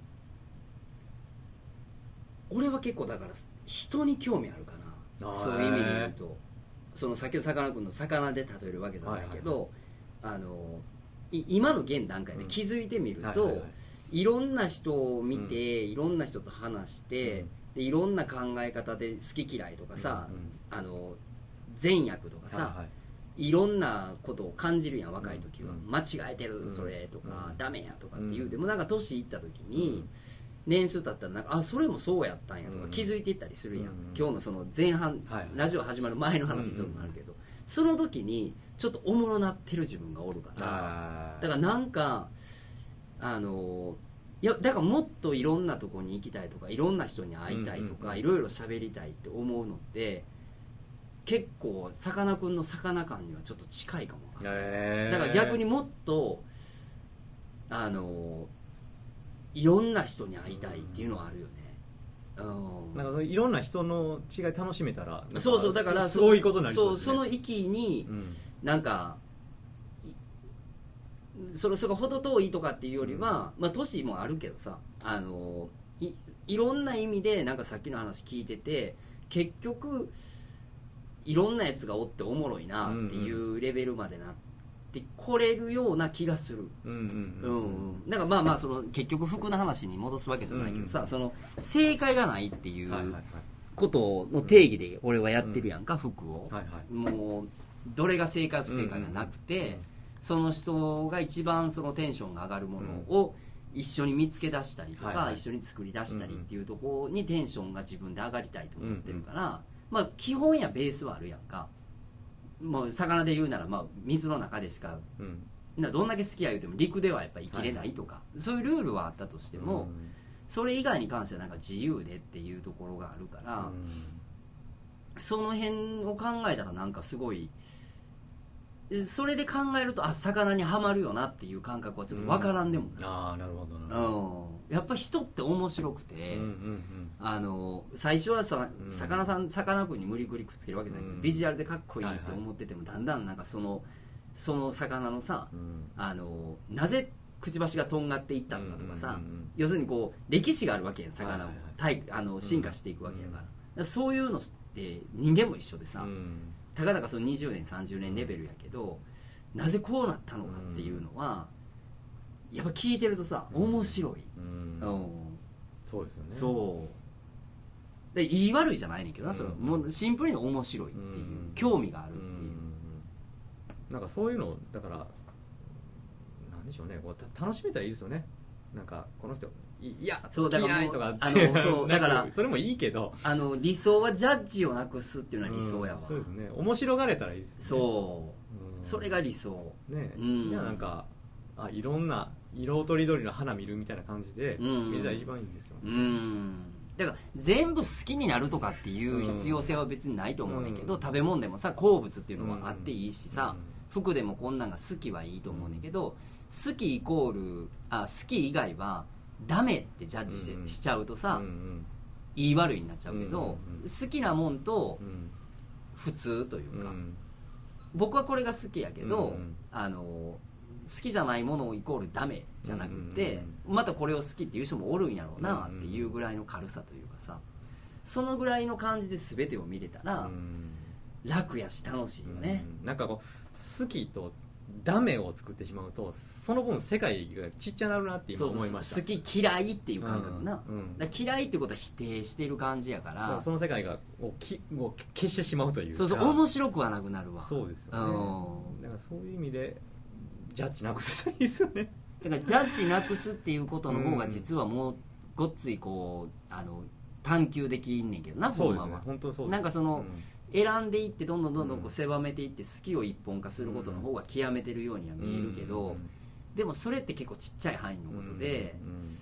俺は結構だから人に興味あるかな、そういう意味で言うと、その先ほどさかなクンの魚で例えるわけじゃないけど、はいはいはい、あのー、今の現段階で気づいてみると、うんはいはいはい、いろんな人を見て、うん、いろんな人と話して、うん、でいろんな考え方で好き嫌いとかさ、うんうん、あの善悪とかさ、はいはい、いろんなことを感じるやん若い時は、うん、間違えてるそれとか、うん、ダメやとかっていう、でもなんか年いった時に、うん、年数経ったらなんかあそれもそうやったんやとか気づいていったりするやん、うん、今日のその前半、はいはい、ラジオ始まる前の話にちょっとなるけど、うん、その時にちょっとおもろなってる自分がおるから、だからなんかあのいやだからもっといろんなとこに行きたいとかいろんな人に会いたいとかいろいろ喋りたいって思うのって結構さかなクンの魚感にはちょっと近いかも、えー、だから逆にもっとあのいろんな人に会いたいっていうのはあるよね、 うん、なんかいろんな人の違い楽しめたらそうそうだからそういうことになりそうですね。 そうその域になんか、うん、それそれが程遠いとかっていうよりは、うん、まあ年もあるけどさあの い, いろんな意味でなんかさっきの話聞いてて結局いろんなやつがおっておもろいなっていうレベルまでなってこれるような気がする。だからまあまあその結局服の話に戻すわけじゃないけどさ、うんうん、その正解がないっていうことの定義で俺はやってるやんか、服を、はいはい、もうどれが正解不正解がなくて、うんうんうん、その人が一番そのテンションが上がるものを一緒に見つけ出したりとか、はいはい、一緒に作り出したりっていうところにテンションが自分で上がりたいと思ってるから、うんうん、まあ基本やベースはあるやんか。もう魚で言うならまあ水の中でしか、うん、どんだけ好きや言うても陸ではやっぱ生きれないとか、はい、そういうルールはあったとしても、うん、それ以外に関してはなんか自由でっていうところがあるから、うん、その辺を考えたらなんかすごいそれで考えるとあ魚にはまるよなっていう感覚はちょっと分からんでもない、 うん、ああなるほどなるほど、 うん、やっぱ人って面白くて、うんうんうん、あの最初はさ魚さんさかなクンに無理くりくっつけるわけじゃないけど、うん、ビジュアルでかっこいいって思ってても、はいはい、だんだんなんかそのその魚のさ、うん、あのなぜくちばしがとんがっていったのかとかさ、うんうんうん、要するにこう歴史があるわけやん魚も、はいはい、あの進化していくわけやから、うん、そういうのって人間も一緒でさ、うん、たかだかそのにじゅうねんさんじゅうねんレベルやけど、うん、なぜこうなったのかっていうのは、うん、やっぱ聞いてるとさ面白い、うんうん、 そうですよね。 そうで言い悪いじゃないねんけどな、うん、それもうシンプルに面白いっていう、うん、興味があるっていう、うん、 なんかそういうのだからなんでしょうね、こう楽しめたらいいですよね。なんかこの人いやそうだから嫌いとかってあのそうだからそれもいいけどあの理想はジャッジをなくすっていうのは理想やわ、うん、 そうですね。面白がれたらいいですよね。 そう、うん、それが理想ね、うん、じゃあなんかあいろんな色とりどりの花見るみたいな感じで見れたら一番いいんですよ、ね、うん、 うんだから全部好きになるとかっていう必要性は別にないと思うねんけど、うん、食べ物でもさ好物っていうのはあっていいしさ、うん、服でもこんなんが好きはいいと思うねんけど、好きイコールあ好き以外はダメってジャッジ し,、うん、しちゃうとさ、うん、言い悪いになっちゃうけど、うん、好きなもんと普通というか、うん、僕はこれが好きやけど、うん、あの好きじゃないものイコールダメじゃなくて、うん、またこれを好きっていう人もおるんやろうなっていうぐらいの軽さというかさ、そのぐらいの感じで全てを見れたら楽やし楽しいよね、 うん、なんかこう好きとダメを作ってしまうとその分世界がちっちゃなるなって今思いました。 そうそう好き嫌いっていう感覚な、うんうん、だ嫌いってことは否定してる感じやからその世界がをきを消してしまうというかそうそう面白くはなくなるわ。 そうですよね、うん、だからそういう意味でジャッジなくすといいですよね。 だからジャッジなくすっていうことの方が実はもうごっついこうあの探求できんねんけどな、 そうですね、本当そうです。 なんかその、うん、選んでいってどんどんどんどんこう狭めていって好きを一本化することの方が極めてるようには見えるけど、うん、でもそれって結構ちっちゃい範囲のことで、うん、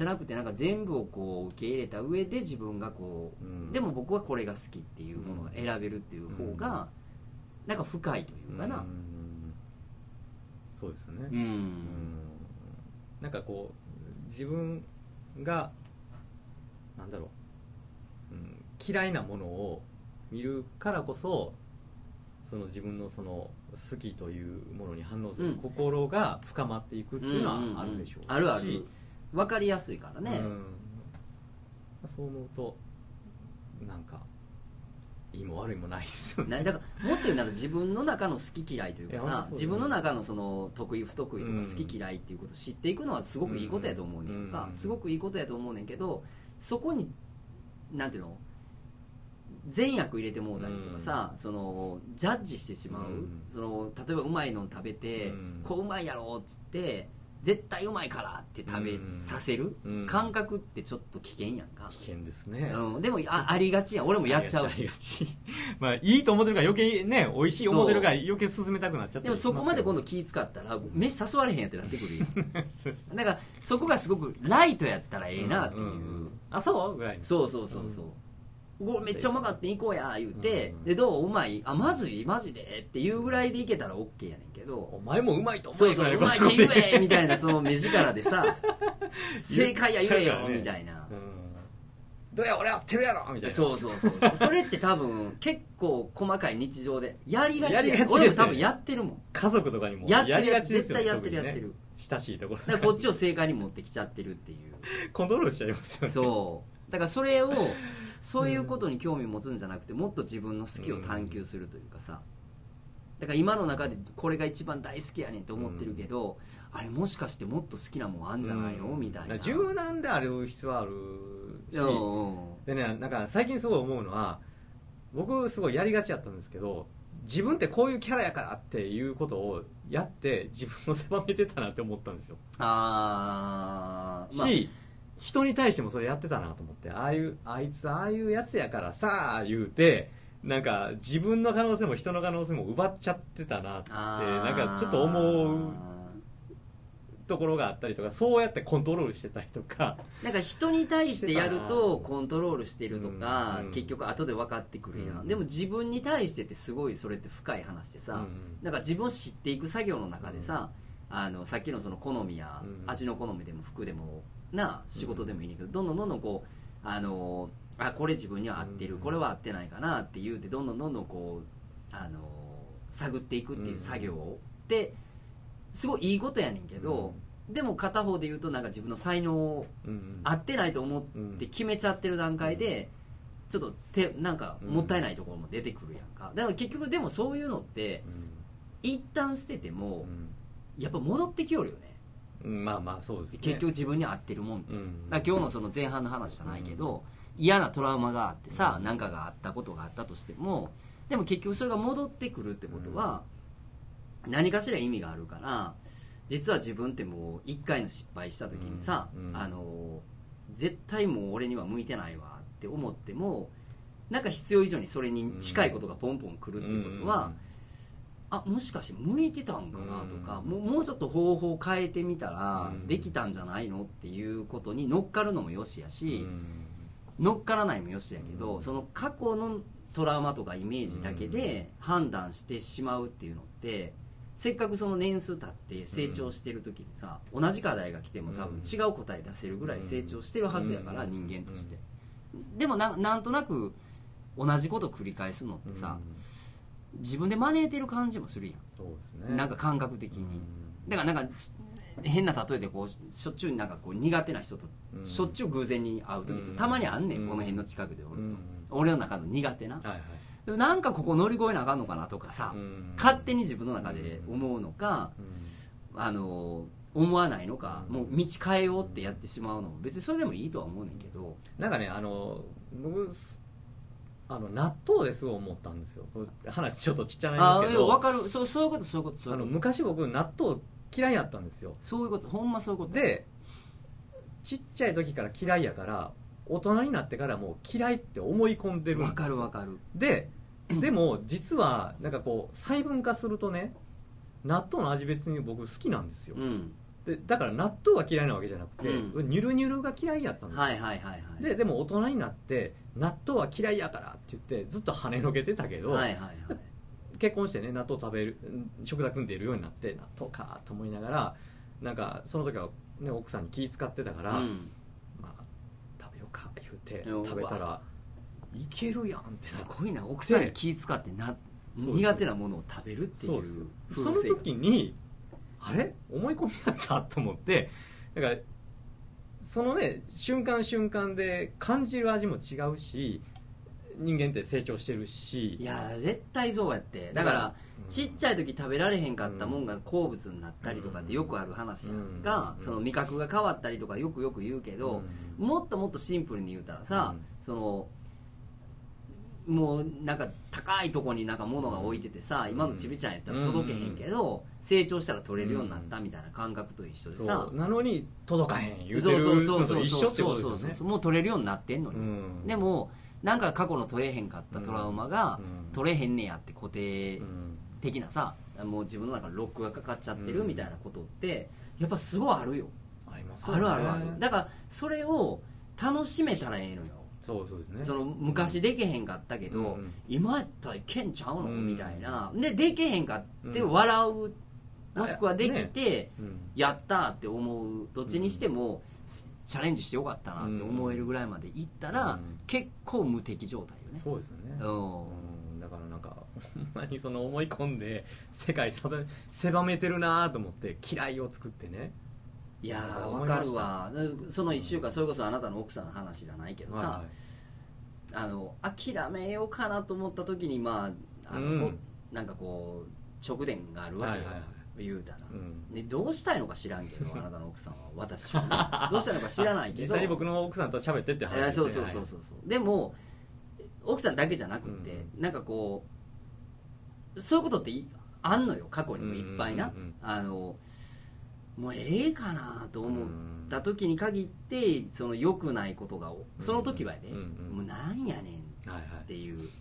じゃなくてなんか全部をこう受け入れた上で自分がこう、うん、でも僕はこれが好きっていうものが選べるっていう方がなんか深いというかな、うんうん、 そうですよね、うんうん、なんかこう自分がなんだろう、うん、嫌いなものを見るからこそその自分のその好きというものに反応する心が深まっていくっていうのはあるでしょうし、 うんうんうん、あるある分かりやすいからね、うん、 そう思うとなんかいいも悪いもないですよね。 だからもっと言うなら自分の中の好き嫌いというかさ、自分の中のその得意不得意とか好き嫌いっていうことを知っていくのはすごくいいことやと思うねんか、すごくいいことやと思うねんけど、そこになんていうの善悪入れてもうたりとかさ、うん、そのジャッジしてしまう、うん、その例えばうまいの食べて、うん、こううまいやろっつって絶対うまいからって食べさせる、うん、感覚ってちょっと危険やんか。 危険ですね、 うん、でも あ, ありがちやん。俺もやっちゃうしまあいいと思ってるから余計ね美味しい思ってるから余計進めたくなっちゃって。 でもそこまで今度気使ったら飯誘われへんやってなってくるよだからそこがすごくライトやったらええなっていう、うんうん、 あそうぐらいそうそうそうそう、うんこれめっちゃうまかって行こうや言うて、うん、でどううまいあまずいマジでっていうぐらいでいけたら OK やねんけど、 お前もうまいと思そうそううまいって言えみたいなその目力でさ正解や言えよみたいな、うん、 どうや俺やってるやろみたいな。 そうそうそうそれって多分結構細かい日常でやりがちや。やりがちですよね。俺も多分やってるもん。 家族とかにもやってるやりがちですよ。絶対やってるやってる、ね、 親しいところだからこっちを正解に持ってきちゃってるっていうコントロールしちゃいますよね。 そうだからそれをそういうことに興味持つんじゃなくてもっと自分の好きを探求するというかさ、だから今の中でこれが一番大好きやねんって思ってるけど、うん、あれもしかしてもっと好きなもんあんじゃないの、うん、みたいな。 柔軟である必要はあるし、でね、なんか最近すごい思うのは僕すごいやりがちやったんですけど、自分ってこういうキャラやからっていうことをやって自分を狭めてたなって思ったんですよ。あー、まあ、し人に対してもそれやってたなと思って、ああいうあいつああいうやつやからさあ言うてなんか自分の可能性も人の可能性も奪っちゃってたなってなんかちょっと思うところがあったりとか、そうやってコントロールしてたりとか、 なんか人に対してやるとコントロールしてるとか、うんうん、結局後で分かってくるやん、うん、でも自分に対してってすごいそれって深い話でさ、うん、なんか自分を知っていく作業の中でさ、うん、あのさっきのその好みや、うん、味の好みでも服でもな仕事でもいいねんけど、うん、どんどんどんどんこうあのあこれ自分には合ってる、うん、これは合ってないかなって言うてどんどんどんどんこうあの探っていくっていう作業ってすごいいいことやねんけど、うん、でも片方で言うとなんか自分の才能合ってないと思って決めちゃってる段階でちょっとてなんかもったいないところも出てくるやんか。だから結局でもそういうのって一旦捨ててもやっぱ戻ってきよるよね。 まあまあそうですね、 結局自分に合ってるもんって、うん、だ今日のその前半の話じゃないけど、うん、嫌なトラウマがあってさ、何、うん、かがあったことがあったとしてもでも結局それが戻ってくるってことは、うん、何かしら意味があるから、実は自分ってもう一回の失敗した時にさ、うん、あの絶対もう俺には向いてないわって思ってもなんか必要以上にそれに近いことがポンポン来るっていうことは、うんあもしかして向いてたんかなとか、うん、も, もうちょっと方法を変えてみたらできたんじゃないのっていうことに乗っかるのもよしやし、うん、乗っからないもよしやけど、うん、その過去のトラウマとかイメージだけで判断してしまうっていうのってせっかくその年数経って成長してる時にさ、同じ課題が来ても多分違う答え出せるぐらい成長してるはずやから、人間として。でも な, なんとなく同じこと繰り返すのってさ、自分で招いてる感じもするやん。 そうですね、 なんか感覚的に、だからなんか変な例えでこうしょっちゅうなんかこう苦手な人としょっちゅう偶然に会う時ってたまにあんねん、この辺の近くでおると、俺の中の苦手な、はいはい、なんかここ乗り越えなあかんのかなとかさ、勝手に自分の中で思うのか、あの思わないのか、もう道変えようってやってしまうのも別にそれでもいいとは思うねんけど、 なんかねあの僕あの納豆ですごい思ったんですよ。話ちょっとちっちゃないんですけど、 分かる、そう、そういうことそういうことそういうこと。 あの昔僕納豆嫌いやったんですよ。 そういうこと、ほんまそういうことで、ちっちゃい時から嫌いやから大人になってからもう嫌いって思い込んでるんですよ。 分かる分かる。 ででも実はなんかこう細分化するとね、納豆の味別に僕好きなんですよ、うん、 でだから納豆が嫌いなわけじゃなくて、 うん、 ニュルニュルが嫌いやったんですよ、 はいはいはいはい、 ででも大人になって納豆は嫌いやからって言ってずっと跳ねのけてたけど、 はいはいはい、 結婚してね納豆食べる食卓組んでいるようになって納豆かと思いながらなんかその時は、ね、奥さんに気遣ってたから、うん、まあ食べようか言うて食べたらいけるやんってすごいな、奥さんに気遣ってな苦手なものを食べるっていう、 その時にあれ思い込みやったと思って、だからそのね瞬間瞬間で感じる味も違うし人間って成長してるし、 いや絶対そうやって、だから、うん、ちっちゃい時食べられへんかったもんが好物になったりとかってよくある話やんか、うん、その味覚が変わったりとかよくよく言うけど、うん、もっともっとシンプルに言うたらさ、うん、そのもうなんか高いとこになんか物が置いててさ、今のちびちゃんやったら届けへんけど、成長したら取れるようになったみたいな感覚と一緒でさ、 なのに届かへん言うてるのと一緒ってことですよね。 もう取れるようになってんのに、でもなんか過去の取れへんかったトラウマが取れへんねやって固定的なさ、もう自分の中にロックがかかっちゃってるみたいなことってやっぱすごいあるよ。 ありますよね。 あるあるある。だからそれを楽しめたらええのよ。 そうそうですね。 その昔できへんかったけど、うん、今やったらいけんちゃうの、うん、みたいなでできへんかって笑う、うん、もしくはできて、ねうん、やったって思う、どっちにしても、うん、チャレンジしてよかったなって思えるぐらいまでいったら、うん、結構無敵状態よね。 そうですよね、うん、だからなんかほんまにその思い込んで世界狭めてるなと思って嫌いを作ってね。 いやー分かるわ。そのいっしゅうかんそれこそあなたの奥さんの話じゃないけどさ、はいはい、あの諦めようかなと思った時にまああの、うん、なんかこう直電があるわけよ、はいはいはい、言うたら、うんで、どうしたいのか知らんけどあなたの奥さんは私は、ね、どうしたいのか知らないけど実際に僕の奥さんと喋ってって話で、ね、 そうそうそうそうそう、はい、でも奥さんだけじゃなくて、うん、なんかこうそういうことってあんのよ、過去にもいっぱいな、うんうんうんうん、あのもうええかなと思った時に限ってその良くないことがその時はね、うんうん、もうなんやねんっていう、はいはい、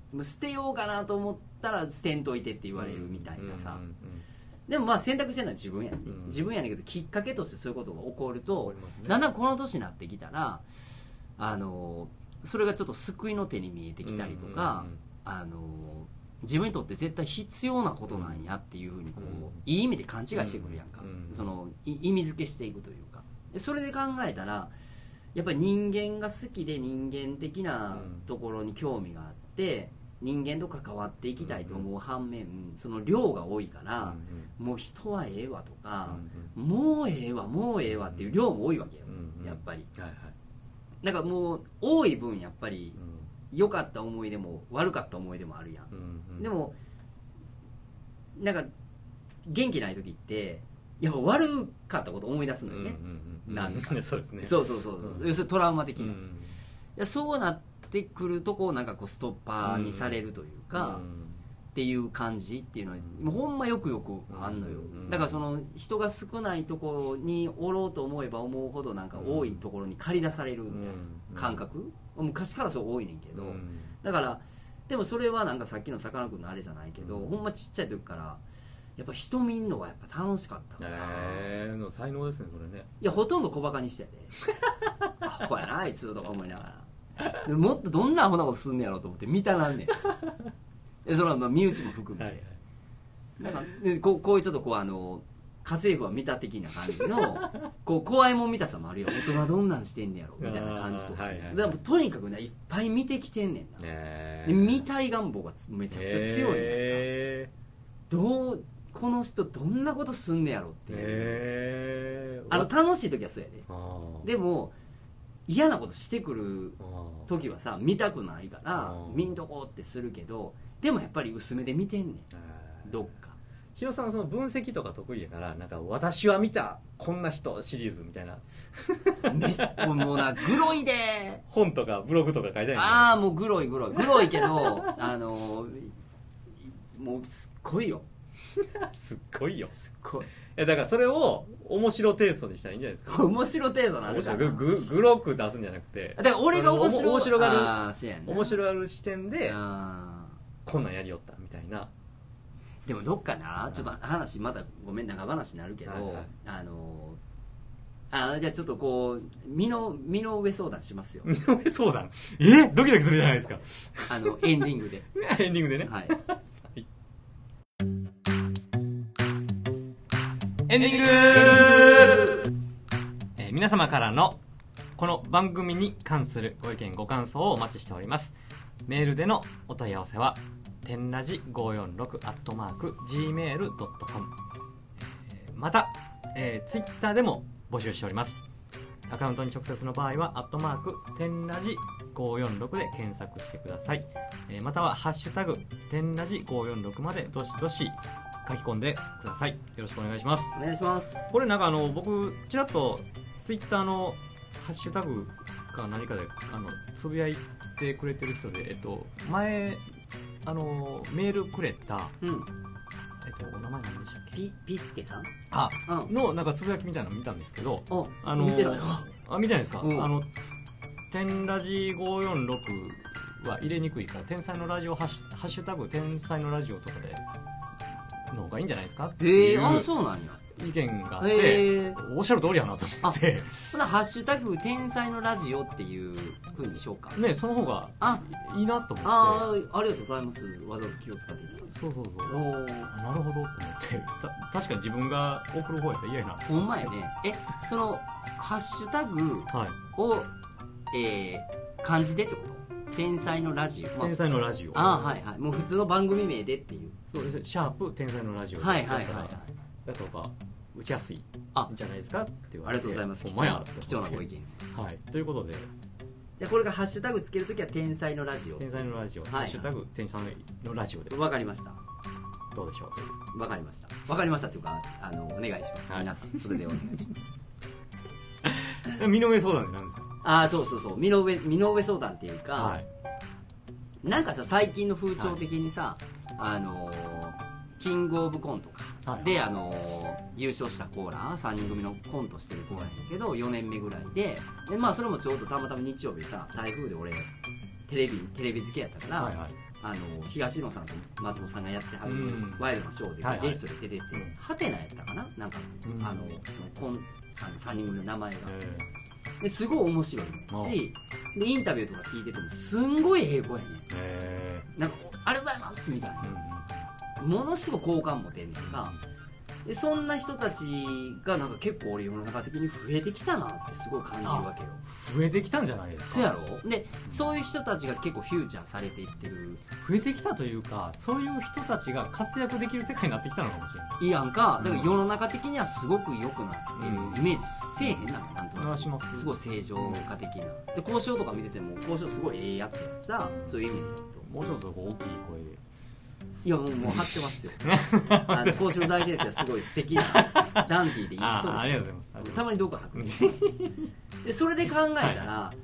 もう捨てようかなと思ったら捨てんといてって言われるみたいなさ、うんうんうんうん、でもまあ選択してるのは自分やね、うん、自分やねんけどきっかけとしてそういうことが起こると、ね、だんだんこの年になってきたらあのそれがちょっと救いの手に見えてきたりとか、うんうんうん、あの自分にとって絶対必要なことなんやっていうふうにこう、うん、いい意味で勘違いしてくるやんか、うん、その意味付けしていくというか、それで考えたらやっぱり人間が好きで人間的なところに興味があって人間と関わっていきたいと思う反面、その量が多いから、うん、もう人はええわとか、うん、もうええわもうええわっていう量も多いわけよ、うん、やっぱり、はいはい、だからもう多い分やっぱり、うん良かった思い出も悪かった思い出もあるやん、うんうん、でもなんか元気ない時ってやっぱ悪かったこと思い出すのよね、うんうんうん、なんかそうですね、 そうそうそうそう、うん、要するにトラウマ的な、うん、いやそうなってくるとこうなんかこうストッパーにされるというか、うんうん、っていう感じっていうのはもうほんまよくよくあんのよ、うんうん、だからその人が少ないところにおろうと思えば思うほどなんか多いところに借り出されるみたいな感覚、うんうん昔からそう多いねんけど、うん、だからでもそれはなんかさっきのさかなクンのあれじゃないけど、うん、ほんまちっちゃい時からやっぱ人見んのがやっぱ楽しかったから、 えー、才能ですねそれね。 いやほとんど小バカにしてやでアホやなあいつとか思いながらでもっとどんなアホなことすんねやろうと思って見たなんねんでそれはまあ身内も含めて、はいはい、なんかこう、こういうちょっとこうあの家政婦は見た的な感じのこう怖いもん見たさもあるよ。大人どんなんしてんねやろみたいな感じとか、はいはい、でもとにかくねいっぱい見てきてんねんな、えー、で見たい願望がめちゃくちゃ強いねん、えー、どうこの人どんなことすんねやろっていう、えー、あの楽しい時はそうやで、でも嫌なことしてくる時はさ見たくないから見んとこうってするけど、でもやっぱり薄めで見てんねん、どっか。 ヒロさんはその分析とか得意やから、なんか私は見たこんな人シリーズみたいなもうなグロいで本とかブログとか書いてない。 ああもうグロいグロいグロいけどあのもうすっごいよすっごいよすっごい。 だからそれを面白テイストにしたらいいんじゃないですか。 面白テイストなのかな。 ググロく出すんじゃなくて、 だから俺が面白面白がるあ、そうやね、 面白がる視点でこんなんやりよったみたいな。 でもどっかなちょっと話またごめん長話になるけど、はいはい、あのあじゃあちょっとこう身の身の上相談しますよ。 身の上相談えドキドキするじゃないですか。 あのエンディングでエンディングでね、 はい、 エンディング、えー、皆様からのこの番組に関するご意見ご感想をお待ちしております。メールでのお問い合わせは天ラジごーよんろくアットマーク ジーメールドットコム、 また、えー、ツイッターでも募集しております。アカウントに直接の場合はアットマーク天ラジごーよんろくで検索してください。えー、またはハッシュタグ天ラジごーよんろくまでどしどし書き込んでください。よろしくお願いします。 お願いします。 これなんかあの僕ちらっとツイッターのハッシュタグか何かであのつぶやいてくれてる人で、えっと、前あのメールくれた、うん、えっと、お名前何でしたっけ？ ピピスケさんあ、うん、のなんかつぶやきみたいなの見たんですけど、 あの見てないあ見てないですか？ うん、 あの天ラジごーよんろくは入れにくいから天才のラジオハッシュ、ハッシュタグ天才のラジオとかでの方がいいんじゃないですかっていう、 えー、あそうなんや意見があって、えー、おっしゃる通りやなと思って、 ほなハッシュタグ天才のラジオっていう風にしようかね、その方がいいなと思って、 ああありがとうございます。わざわざ気を使っていただいて、 そうそうそう、おなるほどと思ってた、確かに自分が送る方やったら嫌やなほんまやね。えそのハッシュタグを、はい、えー、漢字でってこと？天才のラジオ、 まあ、天才のラジオ、 あはいはい、もう普通の番組名でっていう、 そうです、シャープ天才のラジオはいはいはいはい、 だとか打ちやすいんじゃないですかって言われて、ありがとうございます。貴重な貴重なご意見、 はい、ということで、 じゃあこれがハッシュタグつけるときは天才のラジオ、 天才のラジオ、はいはい、ハッシュタグ天才のラジオでわかりました。 どうでしょう。わかりましたわかりましたというか、あのお願いします、はい、皆さんそれでお願いします身の上相談って何ですか？ ああそうそうそう、身の上身の上相談っていうか、はい、なんかさ最近の風潮的にさ、はい、あのキングオブコントか、はい、であの優勝したコーラさんにん組のコントしてるコーラやけどよねんめぐらいで、で、まあ、それもちょうどたまたま日曜日さ台風で俺テレビテレビ好きやったから、はいはい、あの東野さんと松本さんがやってはるワイルドなショーでゲストで出てて、ハテナやったかな、なんかあのそのコンあのさんにん組の名前がですごい面白いし、でインタビューとか聞いててもすんごい英語やね、なんかありがとうございますみたいな、うん、ものすごい好感持てんねんか、でそんな人たちがなんか結構俺世の中的に増えてきたなってすごい感じるわけよ。 増えてきたんじゃないですか。 そうやろ。でそういう人たちが結構フューチャーされていってる、 増えてきたというか、そういう人たちが活躍できる世界になってきたのかもしれない。 いいやんか。だから世の中的にはすごく良くなってるイメージせえへんな、なんとなく。 します。 すごい正常化的な。で交渉とか見てても交渉すごいええやつやしさ、そういう意味で言うともう一つ大きい声で、 いやもうもう張ってますよあの講師の大先生はすごい素敵なダンディーでいい人ですよ。 あ, ありがとうございます。たまにどうか吐くでそれで考えたら、はい、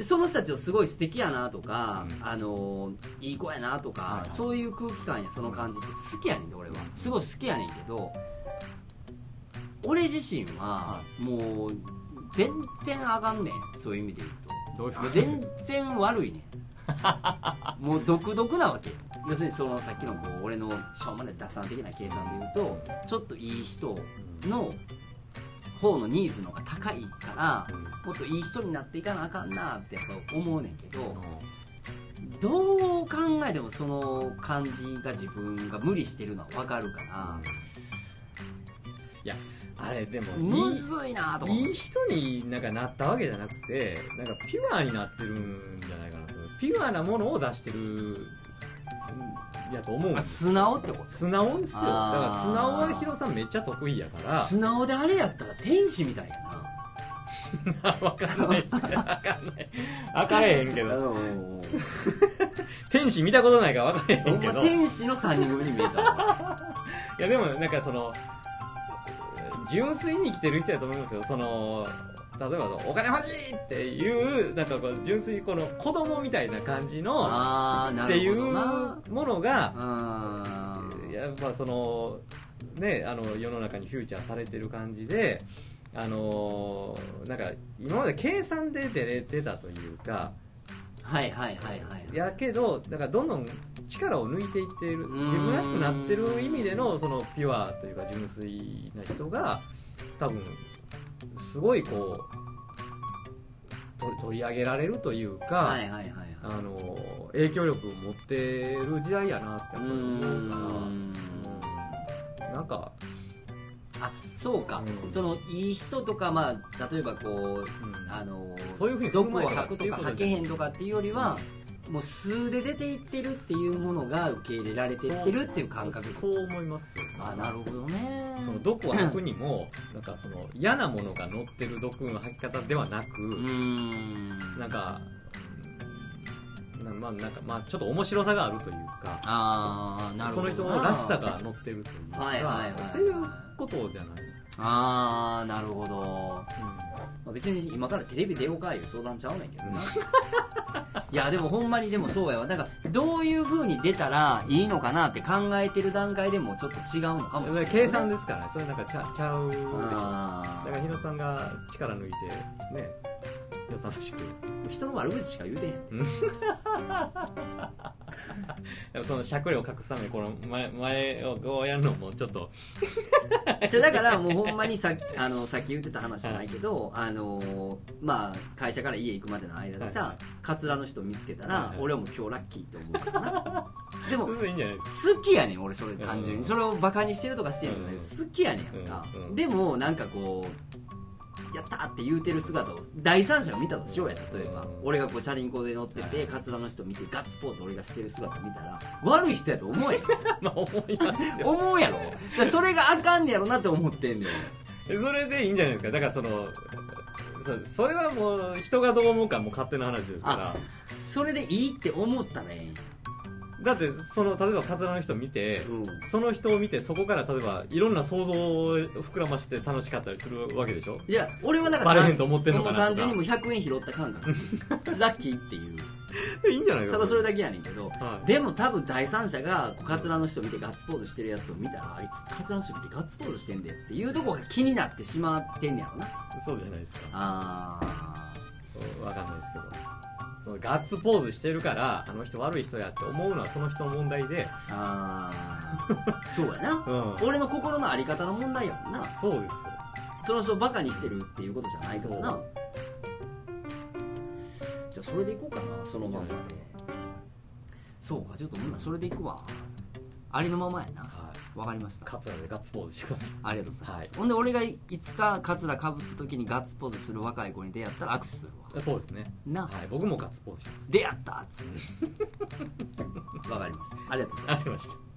その人たちをすごい素敵やなとか、うん、あのいい子やなとか、はいはい、そういう空気感やその感じって好きやねんで、俺はすごい好きやねんけど、俺自身はもう全然あかんねん、そういう意味で言うと。どういうこと全然悪いねんもう独特なわけよ。要するにそのさっきのこう俺のしょうもない打算的な計算で言うと、ちょっといい人の方のニーズの方が高いから、もっといい人になっていかなあかんなってやっぱ思うねんけど、どう考えてもその感じが自分が無理してるのは分かるから、 いやあれでもむずいなと思って、 いい人になんかなったわけじゃなくて、なんかピュアになってるんじゃないかなと。ピュアなものを出してるやと思うんです。 素直ってこと？ 素直ですよ。だから素直はヒロさんめっちゃ得意やから。 素直であれやったら天使みたいやな分かんないっすね。分かんない分かれへんけど天使見たことないから分かれへんけど、 天使のさんにん組に見えたいやでもなんかその純粋に生きてる人やと思いますよ。その例えばお金欲しいっていうなんかこう純粋にこの子供みたいな感じのっていうものがやっぱそのね、あの世の中にフューチャーされてる感じで、あのなんか今まで計算で出れてたというか、 はいはいはいはい、 やけどだからどんどん力を抜いていっている自分らしくなってる意味でのそのピュアというか純粋な人が多分すごいこう取り上げられるというか、はいはいはいはい、あの影響力を持ってる時代やなって思うから、うんなんかあそうか、うん、そのいい人とか、まあ、例えばこう、うん、あのそういうふうに毒を吐くとか吐けへんとかっていうよりは、うん、もう数で出ていってるっていうものが受け入れられていってるっていう感覚。 そう、そう思いますよ。 あなるほどね。 その毒を吐くにもなんかその嫌なものが乗ってる毒の吐き方ではなく、うーんなんかまあなんかまあちょっと面白さがあるというか、あなるほど、その人のらしさが乗ってるというか、はいはいはい、っていうことじゃない。 ああなるほど、うんまあ、別に今からテレビ出ようかいう相談ちゃうねんけどな、うん、いやでもほんまにでもそうやわ。だからどういう風に出たらいいのかなって考えてる段階でもちょっと違うのかもしれない、ね、 計算ですからね。それなんかちゃ、ちゃうでしょ。だから日野さんが力抜いてね日野さんらしく人の悪口しか言うてへんでもそのしゃくれを隠すためにこの 前, 前をこうやるのもちょっとじゃだからもうほんまに さ, あのさっき言ってた話じゃないけど、はい、あのまあ会社から家行くまでの間でさ、はいはい、カツラの人見つけたら、はいはい、俺はもう今日ラッキーって思うからなでもいいんじゃないですか。 好きやねん俺それ単純に、うん、それをバカにしてるとかしてるんじゃない、うん、好きやねんやんか、うんうん、でもなんかこうやったーって言うてる姿を第三者が見たとしようや。例えば、うん、俺がこうチャリンコで乗ってて、はい、カツラの人見てガッツポーズ俺がしてる姿見たら悪い人やと思えまあ思いますよ思うやろ。それがあかんねやろなって思ってんねん。 それでいいんじゃないですか。だからその そ, それはもう人がどう思うかもう勝手な話ですから。 それでいいって思ったらええ。 だってその例えばカツラの人見て、うん、その人を見てそこから例えばいろんな想像を膨らまして楽しかったりするわけでしょ。 いや俺はなんかバレへんと思ってんのかなとか単純にもうひゃくえん拾った感覚ザッキーっていういいんじゃないか。 ただそれだけやねんけど、はい、でも多分第三者がカツラの人見てガッツポーズしてるやつを見たらあいつカツラの人見てガッツポーズしてんでっていうところが気になってしまってんねやろな。 そうじゃないですか。 ああ分かんないですけどそのガッツポーズしてるからあの人悪い人やって思うのはその人の問題で、 ああそうやな、うん、俺の心の在り方の問題やもんな。 そうですよ。 その人をバカにしてるっていうことじゃないからな。じゃあそれでいこうかなそのままで。そうかちょっとみんなそれでいくわ。ありのままやな。はい、わかりました。 カツラでガッツポーズしてください。 ありがとうございます。はい、ほんで俺がいつかカツラかぶった時にガッツポーズする若い子に出会ったら握手するわ。 そうですね。 な、 はい、僕もガッツポーズします。 出会ったっつって。わかりました。ありがとうございました。